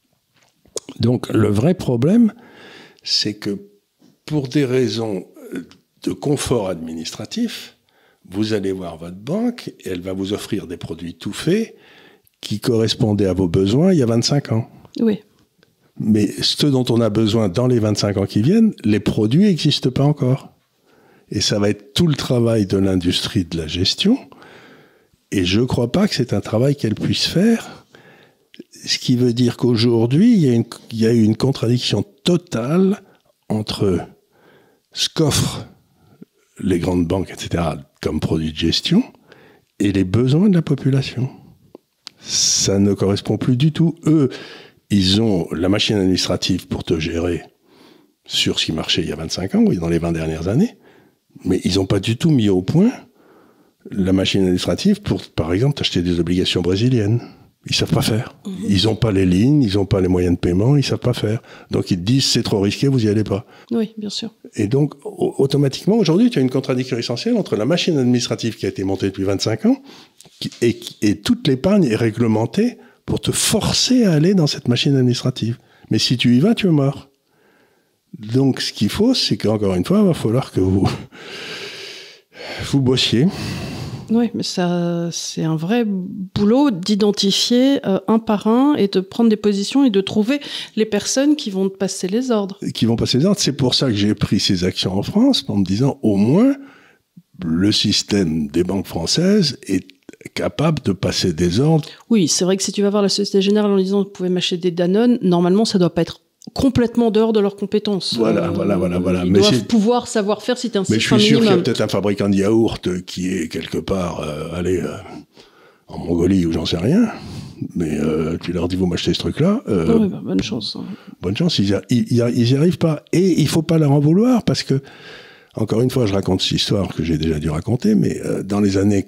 Donc le vrai problème, c'est que pour des raisons de confort administratif, vous allez voir votre banque et elle va vous offrir des produits tout faits qui correspondaient à vos besoins il y a 25 ans. Oui. Mais ce dont on a besoin dans les 25 ans qui viennent, les produits n'existent pas encore. Et ça va être tout le travail de l'industrie de la gestion. Et je ne crois pas que c'est un travail qu'elle puisse faire. Ce qui veut dire qu'aujourd'hui, il y a une contradiction totale entre ce qu'offrent les grandes banques, etc., comme produits de gestion, et les besoins de la population. Ça ne correspond plus du tout. Eux, ils ont la machine administrative pour te gérer sur ce qui marchait il y a 25 ans, oui, dans les 20 dernières années, mais ils n'ont pas du tout mis au point la machine administrative pour, par exemple, t'acheter des obligations brésiliennes. Ils savent pas faire. Ils n'ont pas les lignes, ils n'ont pas les moyens de paiement, ils savent pas faire. Donc ils te disent c'est trop risqué, vous y allez pas. Oui, bien sûr. Et donc automatiquement aujourd'hui tu as une contradiction essentielle entre la machine administrative qui a été montée depuis 25 ans et toute l'épargne est réglementée pour te forcer à aller dans cette machine administrative. Mais si tu y vas, tu es mort. Donc ce qu'il faut, c'est qu'encore une fois, il va falloir que vous bossiez. Oui, mais ça, c'est un vrai boulot d'identifier un par un et de prendre des positions et de trouver les personnes qui vont te passer les ordres. C'est pour ça que j'ai pris ces actions en France, en me disant au moins le système des banques françaises est capable de passer des ordres. Oui, c'est vrai que si tu vas voir la Société Générale en disant vous pouvez m'acheter des Danone, normalement ça doit pas être complètement dehors de leurs compétences. Voilà. Ils doivent pouvoir savoir faire si tu as un mais je suis sûr qu'il y a peut-être un fabricant de yaourt qui est quelque part, en Mongolie ou j'en sais rien. Mais tu leur dis, vous m'achetez ce truc-là. Bonne chance. Hein. Bonne chance, ils y arrivent pas. Et il faut pas leur en vouloir parce que, encore une fois, je raconte cette histoire que j'ai déjà dû raconter, mais dans les années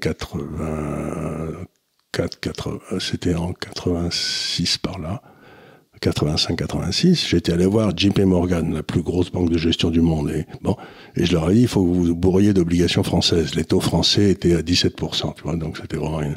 c'était en 86 par là, 85-86, j'étais allé voir JP Morgan, la plus grosse banque de gestion du monde. Et je leur ai dit, il faut que vous vous d'obligations françaises. Les taux français étaient à 17%, tu vois, donc c'était vraiment une...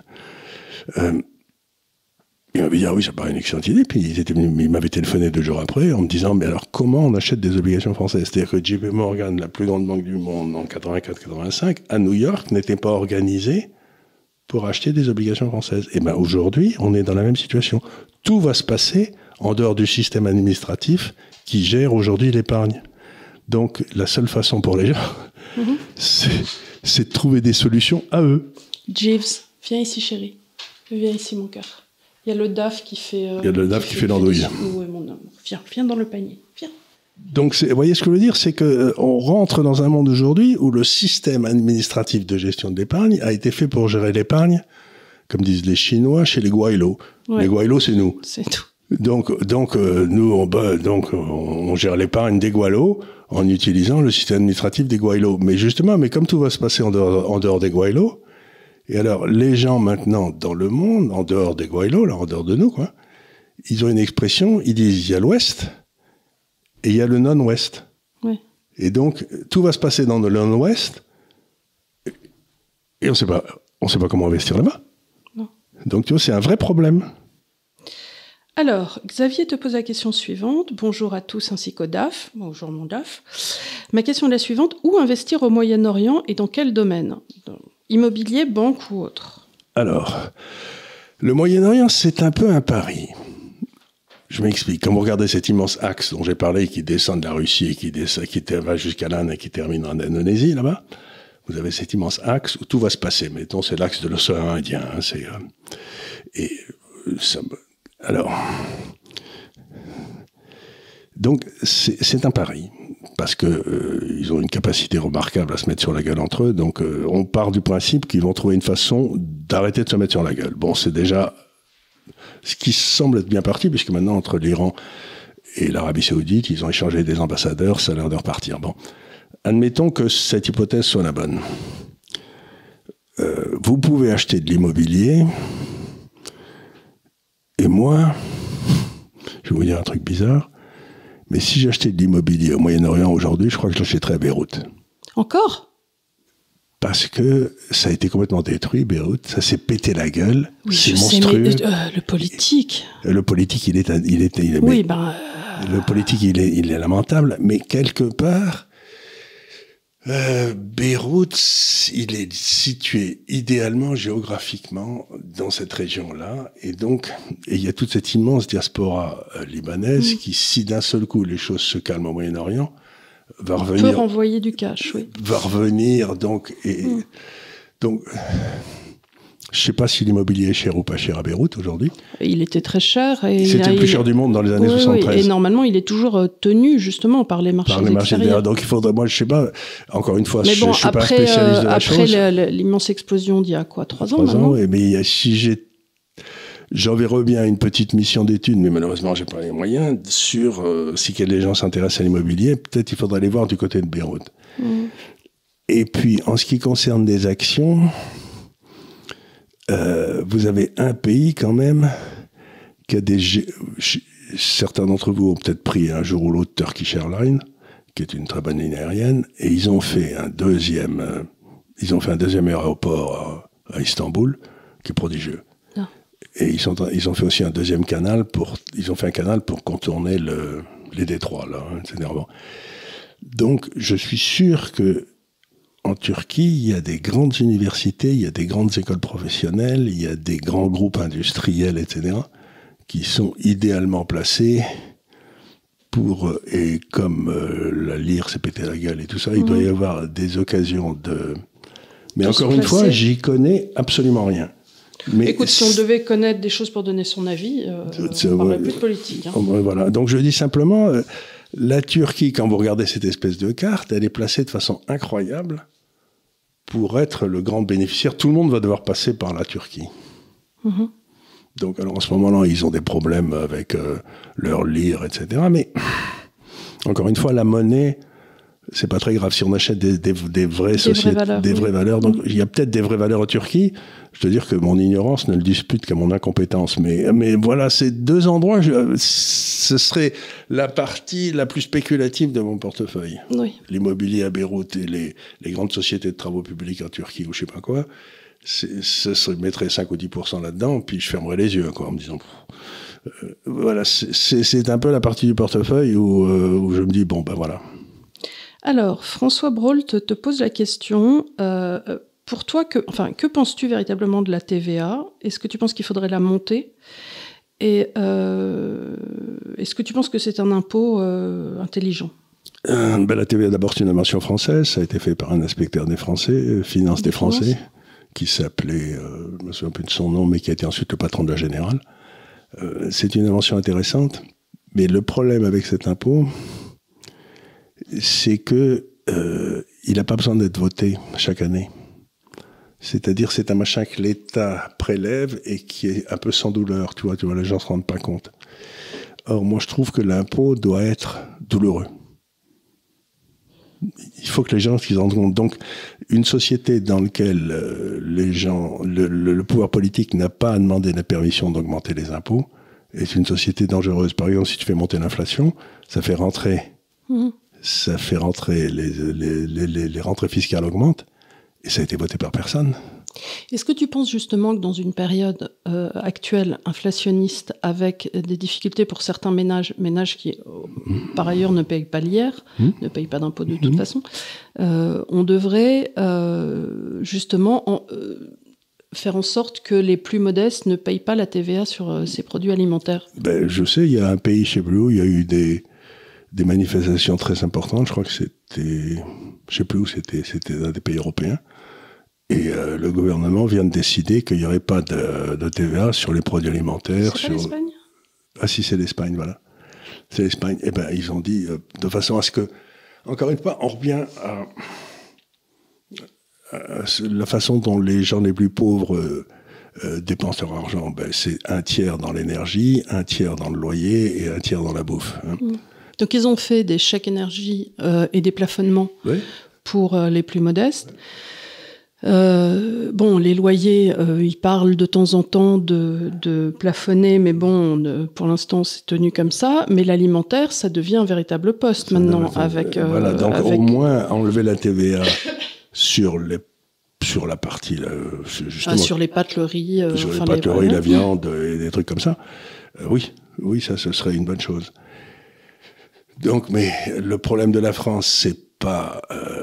Ils m'avaient dit, ah oui, ça paraît une excellente idée. Puis ils m'avaient téléphoné 2 jours après en me disant, mais alors comment on achète des obligations françaises? C'est-à-dire que JP Morgan, la plus grande banque du monde en 84-85, à New York, n'était pas organisée pour acheter des obligations françaises. Et bien aujourd'hui, on est dans la même situation. Tout va se passer en dehors du système administratif qui gère aujourd'hui l'épargne. Donc la seule façon pour les gens, c'est de trouver des solutions à eux. Jeeves, viens ici chérie. Viens ici mon cœur. Il y a le DAF qui fait... Il y a le DAF qui fait l'andouille. Oui, mon amour. Viens dans le panier. Viens. Donc, vous voyez ce que je veux dire, c'est qu'on rentre dans un monde aujourd'hui où le système administratif de gestion de l'épargne a été fait pour gérer l'épargne, comme disent les Chinois, chez les Gwailo. Ouais. Les Gwailo, c'est nous. C'est tout. Donc nous, on gère l'épargne des Gwailo en utilisant le système administratif des Gwailo. Mais justement, comme tout va se passer en dehors des Gwailo, et alors les gens maintenant dans le monde, en dehors des Gwailo, là, en dehors de nous, quoi, ils ont une expression, ils disent il y a l'Ouest et il y a le non-Ouest. Ouais. Et donc tout va se passer dans le non-Ouest et on sait pas comment investir là-bas. Non. Donc tu vois, c'est un vrai problème. Alors, Xavier te pose la question suivante. Bonjour à tous ainsi qu'au DAF. Bonjour mon DAF. Ma question est la suivante. Où investir au Moyen-Orient et dans quel domaine? Immobilier, banque ou autre? Alors, le Moyen-Orient, c'est un peu un pari. Je m'explique. Quand vous regardez cet immense axe dont j'ai parlé, qui descend de la Russie, qui va jusqu'à l'Inde et qui termine en Indonésie, là-bas, vous avez cet immense axe où tout va se passer. Mettons, c'est l'axe de l'océan Indien. Hein, alors, donc c'est un pari parce que ils ont une capacité remarquable à se mettre sur la gueule entre eux. Donc on part du principe qu'ils vont trouver une façon d'arrêter de se mettre sur la gueule. Bon, c'est déjà ce qui semble être bien parti puisque maintenant entre l'Iran et l'Arabie Saoudite, ils ont échangé des ambassadeurs, ça a l'air de repartir. Bon, admettons que cette hypothèse soit la bonne. Vous pouvez acheter de l'immobilier. Et moi, je vais vous dire un truc bizarre, mais si j'achetais de l'immobilier au Moyen-Orient aujourd'hui, je crois que je l'achèterais à Beyrouth. Encore ? Parce que ça a été complètement détruit, Beyrouth, ça s'est pété la gueule, oui, c'est monstrueux. Mais, le politique... Le politique, le politique, il est lamentable, mais quelque part... Beyrouth, il est situé idéalement géographiquement dans cette région-là, et donc il y a toute cette immense diaspora libanaise qui, si d'un seul coup les choses se calment au Moyen-Orient, va revenir. Peut renvoyer du cash, oui. Va revenir donc donc. Je ne sais pas si l'immobilier est cher ou pas cher à Beyrouth aujourd'hui. Il était très cher. C'était le plus cher du monde dans les années 73. Oui, et normalement, il est toujours tenu justement par les marchés extérieurs. Donc il faudrait, moi je ne sais pas, encore une fois, je ne suis pas spécialiste de la chose. Après l'immense explosion d'il y a quoi, 3 ans maintenant. 3 ans, mais si j'enverrai bien une petite mission d'étude, mais malheureusement je n'ai pas les moyens, sur si les gens s'intéressent à l'immobilier, peut-être il faudrait aller voir du côté de Beyrouth. Et puis en ce qui concerne des actions... vous avez un pays quand même qui a certains d'entre vous ont peut-être pris un jour ou l'autre Turkish Airlines, qui est une très bonne ligne aérienne, et ils ont fait un deuxième aéroport à Istanbul, qui est prodigieux. Non. Et ils ont fait aussi un deuxième canal pour contourner les détroits, là, hein, c'est énervant. Donc, je suis sûr que en Turquie, il y a des grandes universités, il y a des grandes écoles professionnelles, il y a des grands groupes industriels, etc., qui sont idéalement placés pour... Et comme la lire s'est pété la gueule et tout ça, il doit y avoir des occasions de... Mais encore une fois, j'y connais absolument rien. Mais écoute, si on devait connaître des choses pour donner son avis, on ne parlerait plus de politique. Hein. Voilà. Donc je dis simplement, la Turquie, quand vous regardez cette espèce de carte, elle est placée de façon incroyable pour être le grand bénéficiaire. Tout le monde va devoir passer par la Turquie. Mm-hmm. Donc alors en ce moment-là, ils ont des problèmes avec leur lire, etc. Mais encore une fois, la monnaie, c'est pas très grave. Si on achète des vraies sociétés, des vraies valeurs, donc il y a peut-être des vraies valeurs en Turquie. Je te dire que mon ignorance ne le dispute qu'à mon incompétence. Mais voilà, ces deux endroits, ce serait la partie la plus spéculative de mon portefeuille. Oui. L'immobilier à Beyrouth et les grandes sociétés de travaux publics en Turquie ou je sais pas quoi, je mettrais 5 ou 10% là-dedans, puis je fermerais les yeux, quoi, en me disant... voilà, c'est un peu la partie du portefeuille où je me dis, bon, ben voilà. Alors, François Brault te pose la question... pour toi, que penses-tu véritablement de la TVA ? Est-ce que tu penses qu'il faudrait la monter ? Et est-ce que tu penses que c'est un impôt intelligent ? La TVA, d'abord, c'est une invention française. Ça a été fait par un inspecteur des Français, finance des Français, qui s'appelait, je ne me souviens plus de son nom, mais qui a été ensuite le patron de la Générale. C'est une invention intéressante. Mais le problème avec cet impôt, c'est que il n'a pas besoin d'être voté chaque année. C'est-à-dire, c'est un machin que l'État prélève et qui est un peu sans douleur, tu vois, les gens ne se rendent pas compte. Or, moi, je trouve que l'impôt doit être douloureux. Il faut que les gens s'y rendent compte. Donc, une société dans laquelle les gens, le pouvoir politique n'a pas à demander la permission d'augmenter les impôts est une société dangereuse. Par exemple, si tu fais monter l'inflation, ça fait rentrer les rentrées fiscales augmentent. Et ça a été voté par personne. Est-ce que tu penses justement que dans une période actuelle inflationniste, avec des difficultés pour certains ménages qui par ailleurs ne payent pas l'IR, ne payent pas d'impôts de toute façon, on devrait justement faire en sorte que les plus modestes ne payent pas la TVA sur ces produits alimentaires ? Je sais, il y a un pays, je ne sais plus où, il y a eu des manifestations très importantes. Je crois que c'était, je ne sais plus où, c'était dans des pays européens. Et le gouvernement vient de décider qu'il n'y aurait pas de TVA sur les produits alimentaires. C'est pas l'Espagne ? Ah si, c'est l'Espagne, voilà. C'est l'Espagne. Eh ben, ils ont dit, de façon à ce que... Encore une fois, on revient à la façon dont les gens les plus pauvres dépensent leur argent. C'est 1/3 dans l'énergie, 1/3 dans le loyer et 1/3 dans la bouffe. Hein. Donc ils ont fait des chèques énergie et des plafonnements pour les plus modestes. Les loyers, ils parlent de temps en temps de plafonner, mais bon, pour l'instant, c'est tenu comme ça. Mais l'alimentaire, ça devient un véritable poste maintenant. Voilà, donc au moins enlever la TVA sur la partie... justement, sur les pâtes, le riz... sur les pâtes, le riz, la viande et des trucs comme ça. Oui, ça, ce serait une bonne chose. Donc, mais le problème de la France, c'est pas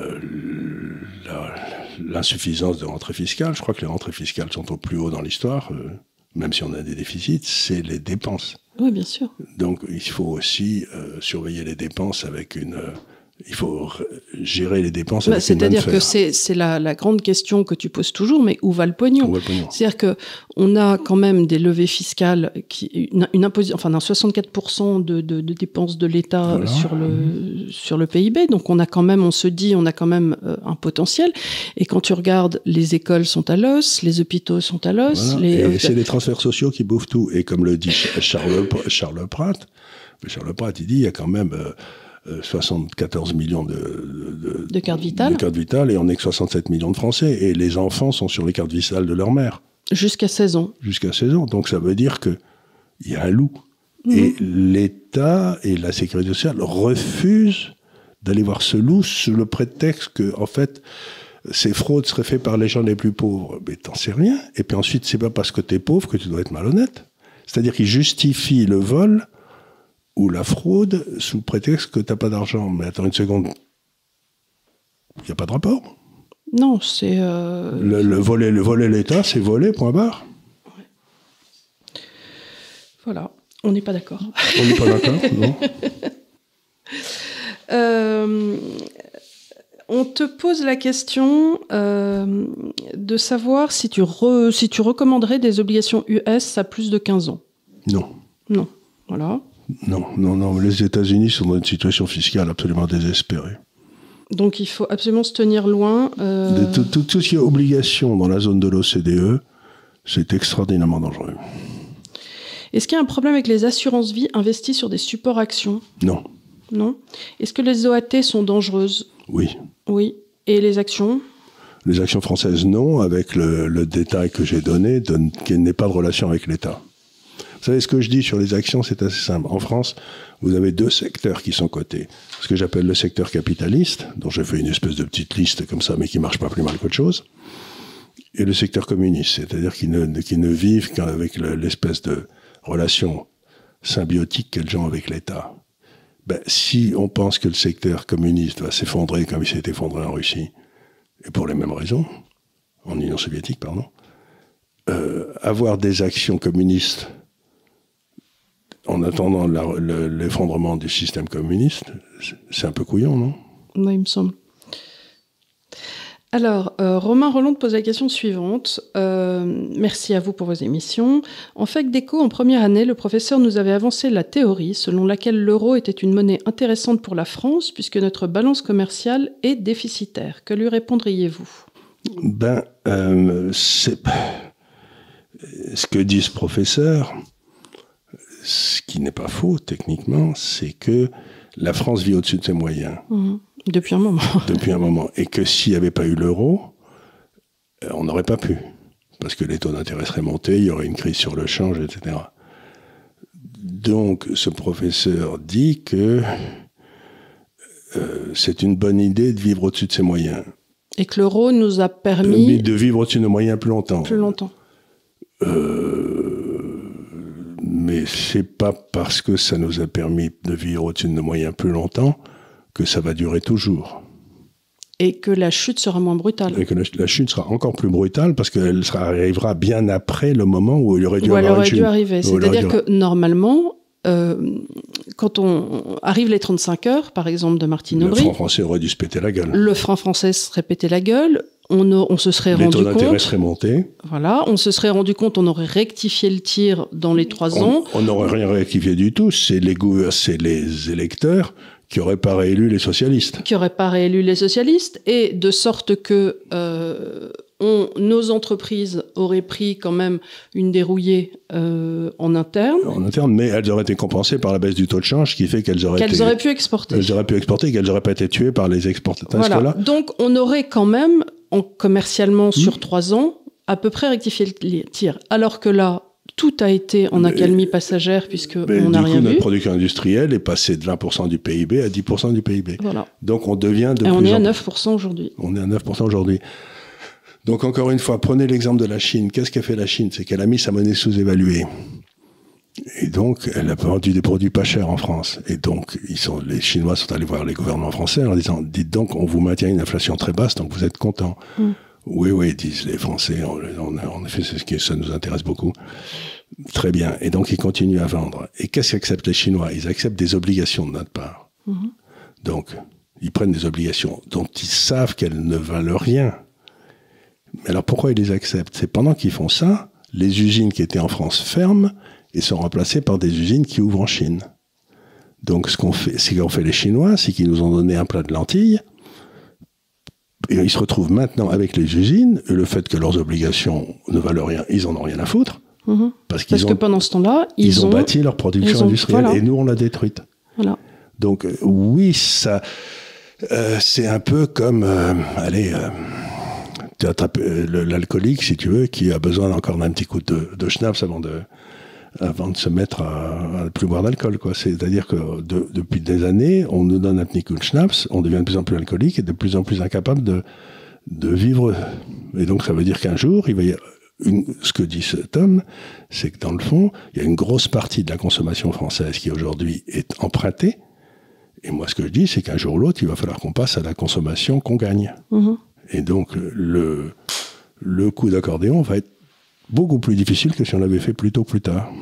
l'insuffisance de rentrées fiscales. Je crois que les rentrées fiscales sont au plus haut dans l'histoire, même si on a des déficits, c'est les dépenses. Oui, bien sûr. Donc, il faut aussi surveiller les dépenses avec il faut gérer les dépenses avec une bonne C'est-à-dire que c'est la grande question que tu poses toujours, mais où va le pognon ? C'est-à-dire qu'on a quand même des levées fiscales, d'un 64% de dépenses de l'État sur le PIB, donc on a quand même un potentiel. Et quand tu regardes, les écoles sont à l'os, les hôpitaux sont à l'os. Voilà. Et c'est les transferts sociaux qui bouffent tout. Et comme le dit Charles Pratt, il dit il y a quand même... 74 millions de cartes vitales. Et on n'est que 67 millions de Français. Et les enfants sont sur les cartes vitales de leur mère. Jusqu'à 16 ans. Jusqu'à 16 ans. Donc ça veut dire qu'il y a un loup. Et l'État et la sécurité sociale refusent d'aller voir ce loup sous le prétexte que, en fait, ces fraudes seraient faites par les gens les plus pauvres. Mais t'en sais rien. Et puis ensuite, c'est pas parce que t'es pauvre que tu dois être malhonnête. C'est-à-dire qu'ils justifient le vol ou la fraude sous prétexte que tu n'as pas d'argent. Mais attends une seconde, il n'y a pas de rapport. Non, c'est... Le voler l'État, c'est voler, point barre. Ouais. Voilà, on n'est pas d'accord. On n'est pas d'accord, non. On te pose la question de savoir si tu recommanderais des obligations US à plus de 15 ans. Non. Non, voilà. Non. Les États-Unis sont dans une situation fiscale absolument désespérée. Donc il faut absolument se tenir loin. Tout ce qui est obligation dans la zone de l'OCDE, c'est extraordinairement dangereux. Est-ce qu'il y a un problème avec les assurances-vie investies sur des supports actions ? Non. Non. Est-ce que les OAT sont dangereuses ? Oui. Oui. Et les actions ? Les actions françaises, non, avec le détail que j'ai donné, qu'il n'ait pas de relation avec l'État. Vous savez, ce que je dis sur les actions, c'est assez simple. En France, vous avez 2 secteurs qui sont cotés. Ce que j'appelle le secteur capitaliste, dont j'ai fait une espèce de petite liste comme ça, mais qui marche pas plus mal qu'autre chose, et le secteur communiste, c'est-à-dire qui ne vivent qu'avec l'espèce de relation symbiotique qu'elles ont avec l'État. Si on pense que le secteur communiste va s'effondrer comme il s'est effondré en Russie, et pour les mêmes raisons, en Union soviétique, pardon, avoir des actions communistes en attendant l'effondrement du système communiste, c'est un peu couillon, non ? Oui, il me semble. Alors, Romain Rolland pose la question suivante. Merci à vous pour vos émissions. En fac d'éco, en première année, le professeur nous avait avancé la théorie selon laquelle l'euro était une monnaie intéressante pour la France puisque notre balance commerciale est déficitaire. Que lui répondriez-vous ? C'est ce que dit ce professeur, ce qui n'est pas faux techniquement, c'est que la France vit au-dessus de ses moyens. Mmh. Depuis un moment. Depuis un moment. Et que s'il n'y avait pas eu l'euro, on n'aurait pas pu. Parce que les taux d'intérêt seraient montés, il y aurait une crise sur le change, etc. Donc, ce professeur dit que c'est une bonne idée de vivre au-dessus de ses moyens. Et que l'euro nous a permis... De vivre au-dessus de nos moyens plus longtemps. Plus longtemps. Mais c'est pas parce que ça nous a permis de vivre au-dessus de nos moyens plus longtemps que ça va durer toujours. Et que la chute sera moins brutale. Et que la chute sera encore plus brutale parce qu'elle arrivera bien après le moment où il aurait dû arriver. C'est-à-dire que normalement, quand on arrive les 35 heures, par exemple, de Martine Aubry... Le franc français aurait dû se péter la gueule. Le franc français serait pété la gueule. On se serait rendu compte... Les taux d'intérêt seraient montés. Voilà, on se serait rendu compte, on aurait rectifié le tir dans les 3 ans. On n'aurait rien rectifié du tout. C'est les électeurs qui n'auraient pas réélu les socialistes. Et de sorte que nos entreprises auraient pris quand même une dérouillée en interne. En interne, mais elles auraient été compensées par la baisse du taux de change, qui fait qu'elles auraient pu exporter. Elles auraient pu exporter et qu'elles n'auraient pas été tuées par les exportateurs. Voilà. Donc on aurait quand même, commercialement sur 3 ans, à peu près rectifié le tir. Alors que là, tout a été en accalmie passagère puisqu'on n'a rien vu. Notre production industrielle est passée de 20% du PIB à 10% du PIB. Voilà. Donc on devient de plus en plus... on est à 9% aujourd'hui. On est à 9% aujourd'hui. Donc encore une fois, prenez l'exemple de la Chine. Qu'est-ce qu'a fait la Chine ? C'est qu'elle a mis sa monnaie sous-évaluée. Et donc, elle a vendu des produits pas chers en France. Et donc, les Chinois sont allés voir les gouvernements français en leur disant « Dites donc, on vous maintient une inflation très basse, donc vous êtes contents. » Oui, disent les Français. En effet, ça nous intéresse beaucoup. Très bien. Et donc, ils continuent à vendre. Et qu'est-ce qu'acceptent les Chinois ? Ils acceptent des obligations de notre part. Donc, ils prennent des obligations dont ils savent qu'elles ne valent rien. Mais alors, pourquoi ils les acceptent ? C'est pendant qu'ils font ça, les usines qui étaient en France ferment et sont remplacées par des usines qui ouvrent en Chine. Donc, ce qu'ont fait les Chinois, c'est qu'ils nous ont donné un plat de lentilles. Et ils se retrouvent maintenant avec les usines, et le fait que leurs obligations ne valent rien, ils en ont rien à foutre. Parce que pendant ce temps-là, ils ont bâti leur production industrielle, et nous, on l'a détruite. Voilà. Donc, oui, ça, c'est un peu comme, tu attrapes l'alcoolique, si tu veux, qui a besoin encore d'un petit coup de schnapps avant de se mettre à ne plus boire d'alcool, quoi. C'est-à-dire que depuis des années, on nous donne un petit coup de schnapps, on devient de plus en plus alcoolique et de plus en plus incapable de vivre. Et donc, ça veut dire qu'un jour, il va y avoir ce que dit cet homme, c'est que dans le fond, il y a une grosse partie de la consommation française qui aujourd'hui est empruntée. Et moi, ce que je dis, c'est qu'un jour ou l'autre, il va falloir qu'on passe à la consommation qu'on gagne. Et donc, le coup d'accordéon va être beaucoup plus difficile que si on l'avait fait plus tôt, plus tard.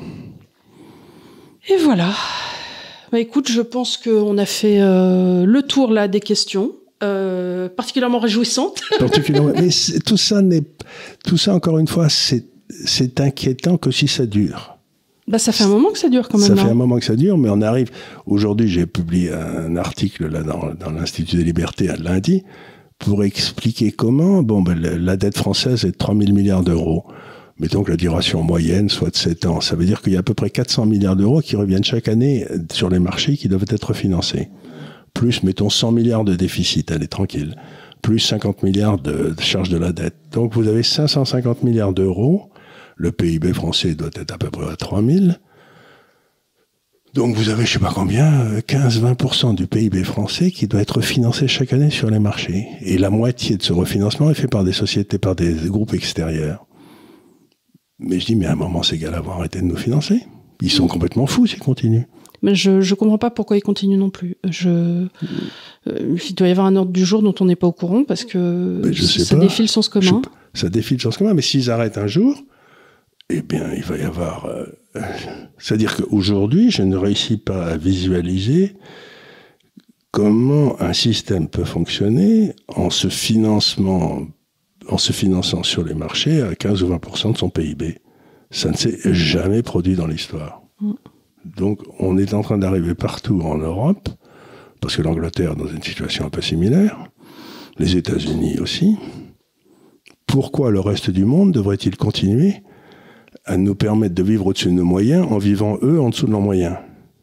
Et voilà. Écoute, je pense qu'on a fait le tour là des questions. particulièrement réjouissante. Mais tout ça, encore une fois, c'est inquiétant que si ça dure. Ça fait un moment que ça dure quand même. Ça fait un moment que ça dure, mais on arrive... Aujourd'hui, j'ai publié un article là, dans l'Institut des Libertés lundi pour expliquer comment la dette française est de 3 000 milliards d'euros. Mettons que la duration moyenne soit de 7 ans. Ça veut dire qu'il y a à peu près 400 milliards d'euros qui reviennent chaque année sur les marchés qui doivent être financés. Plus, mettons, 100 milliards de déficit, allez, tranquille. Plus 50 milliards de charges de la dette. Donc vous avez 550 milliards d'euros. Le PIB français doit être à peu près à 3 000. Donc vous avez, je sais pas combien, 15-20% du PIB français qui doit être financé chaque année sur les marchés. Et la moitié de ce refinancement est fait par des sociétés, par des groupes extérieurs. Mais je dis, mais à un moment, ces gars-là vont arrêter de nous financer. Ils sont complètement fous s'ils continuent. Mais je comprends pas pourquoi ils continuent non plus. Il doit y avoir un ordre du jour dont on n'est pas au courant parce que ça défie le sens commun. Ça défie le sens commun, mais s'ils arrêtent un jour, eh bien, il va y avoir... C'est-à-dire qu'aujourd'hui, je ne réussis pas à visualiser comment un système peut fonctionner en se finançant sur les marchés à 15 ou 20% de son PIB. Ça ne s'est jamais produit dans l'histoire. Donc, on est en train d'arriver partout en Europe, parce que l'Angleterre est dans une situation un peu similaire, les États-Unis aussi. Pourquoi le reste du monde devrait-il continuer à nous permettre de vivre au-dessus de nos moyens en vivant, eux, en dessous de leurs moyens?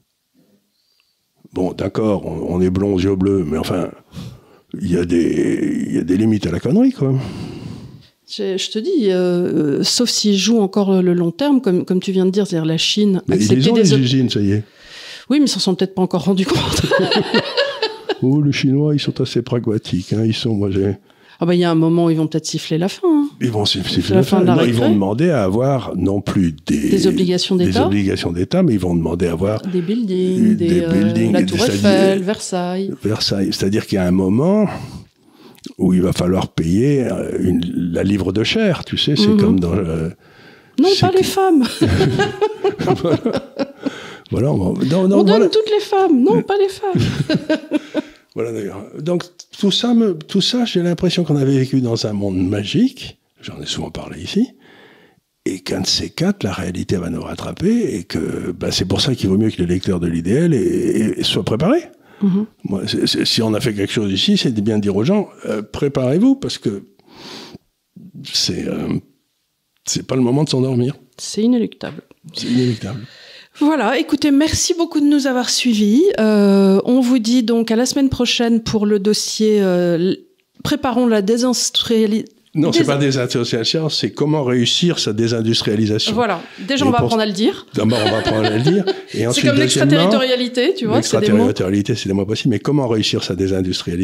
Bon, d'accord, on est blond aux yeux bleus, mais enfin, il y a des limites à la connerie, quoi. Je te dis, sauf s'ils jouent encore le long terme, comme tu viens de dire, c'est-à-dire la Chine... Mais ils ont les usines, ça y est. Oui, mais ils s'en sont peut-être pas encore rendus compte. Oh, les Chinois, ils sont assez pragmatiques. Hein. Il y a un moment où ils vont peut-être siffler la fin. Hein. Ils vont siffler la fin. Non, ils vont demander à avoir non plus des obligations d'État, mais ils vont demander à avoir des buildings, la Tour Eiffel, Versailles. C'est-à-dire qu'il y a un moment où il va falloir payer la livre de chair, tu sais, c'est comme dans... non, pas les femmes. Voilà, on donne toutes les femmes, non, pas les femmes. Voilà d'ailleurs. Donc tout ça, j'ai l'impression qu'on avait vécu dans un monde magique, j'en ai souvent parlé ici, et qu'un de ces quatre, la réalité va nous rattraper, et que c'est pour ça qu'il vaut mieux que les lecteurs de l'IDL soient préparés. Moi, si on a fait quelque chose ici, c'est de bien dire aux gens, préparez-vous, parce que c'est pas le moment de s'endormir. C'est inéluctable. C'est inéluctable. Voilà, écoutez, merci beaucoup de nous avoir suivis. On vous dit donc à la semaine prochaine pour le dossier Préparons la désindustrialisation. Non, c'est pas désindustrialisation, c'est comment réussir sa désindustrialisation. Voilà, déjà on va apprendre à le dire. D'abord on va apprendre à le dire. Et ensuite, c'est comme l'extraterritorialité, tu vois. L'extraterritorialité, c'est des mots possibles, mais comment réussir sa désindustrialisation ?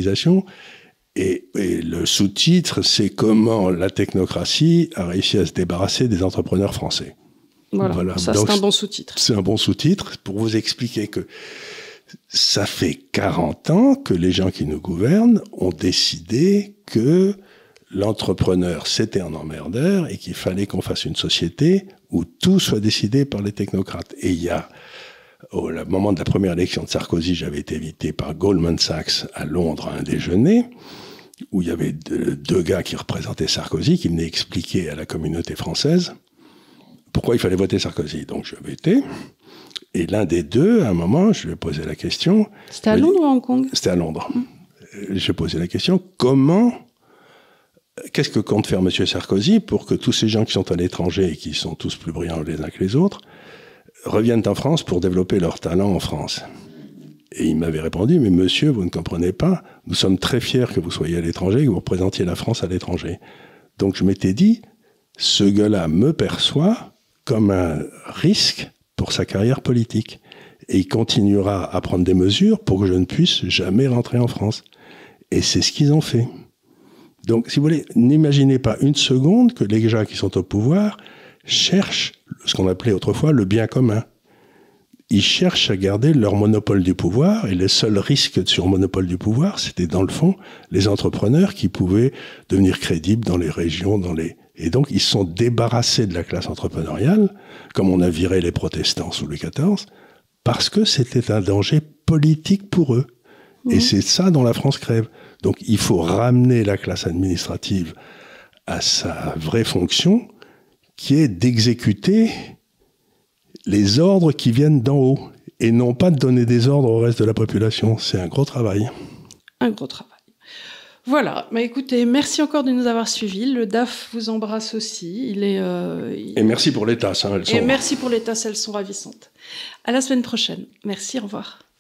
Et le sous-titre, c'est comment la technocratie a réussi à se débarrasser des entrepreneurs français. Voilà. Ça, donc, c'est un bon sous-titre. C'est un bon sous-titre pour vous expliquer que ça fait 40 ans que les gens qui nous gouvernent ont décidé que l'entrepreneur, c'était un emmerdeur et qu'il fallait qu'on fasse une société où tout soit décidé par les technocrates. Et il y a, au moment de la première élection de Sarkozy, j'avais été invité par Goldman Sachs à Londres à un déjeuner où il y avait deux gars qui représentaient Sarkozy qui venaient expliquer à la communauté française pourquoi il fallait voter Sarkozy. Donc je vais été, et l'un des deux, à un moment, je lui ai posé la question... C'était à Londres ou à Hong Kong ? C'était à Londres. Je lui ai posé la question, qu'est-ce que compte faire M. Sarkozy pour que tous ces gens qui sont à l'étranger et qui sont tous plus brillants les uns que les autres reviennent en France pour développer leur talent en France ? Et il m'avait répondu, mais monsieur, vous ne comprenez pas, nous sommes très fiers que vous soyez à l'étranger, que vous représentiez la France à l'étranger. Donc je m'étais dit, ce gars-là me perçoit comme un risque pour sa carrière politique. Et il continuera à prendre des mesures pour que je ne puisse jamais rentrer en France. Et c'est ce qu'ils ont fait. Donc, si vous voulez, n'imaginez pas une seconde que les gens qui sont au pouvoir cherchent ce qu'on appelait autrefois le bien commun. Ils cherchent à garder leur monopole du pouvoir, et le seul risque sur le monopole du pouvoir, c'était dans le fond les entrepreneurs qui pouvaient devenir crédibles dans les régions, Et donc, ils se sont débarrassés de la classe entrepreneuriale, comme on a viré les protestants sous Louis XIV, parce que c'était un danger politique pour eux. Et c'est ça dont la France crève. Donc il faut ramener la classe administrative à sa vraie fonction, qui est d'exécuter les ordres qui viennent d'en haut, et non pas de donner des ordres au reste de la population. C'est un gros travail. Un gros travail. Voilà, écoutez, merci encore de nous avoir suivis. Le DAF vous embrasse aussi. Et merci pour les tasses. Et merci pour les tasses, elles sont ravissantes. À la semaine prochaine. Merci, au revoir.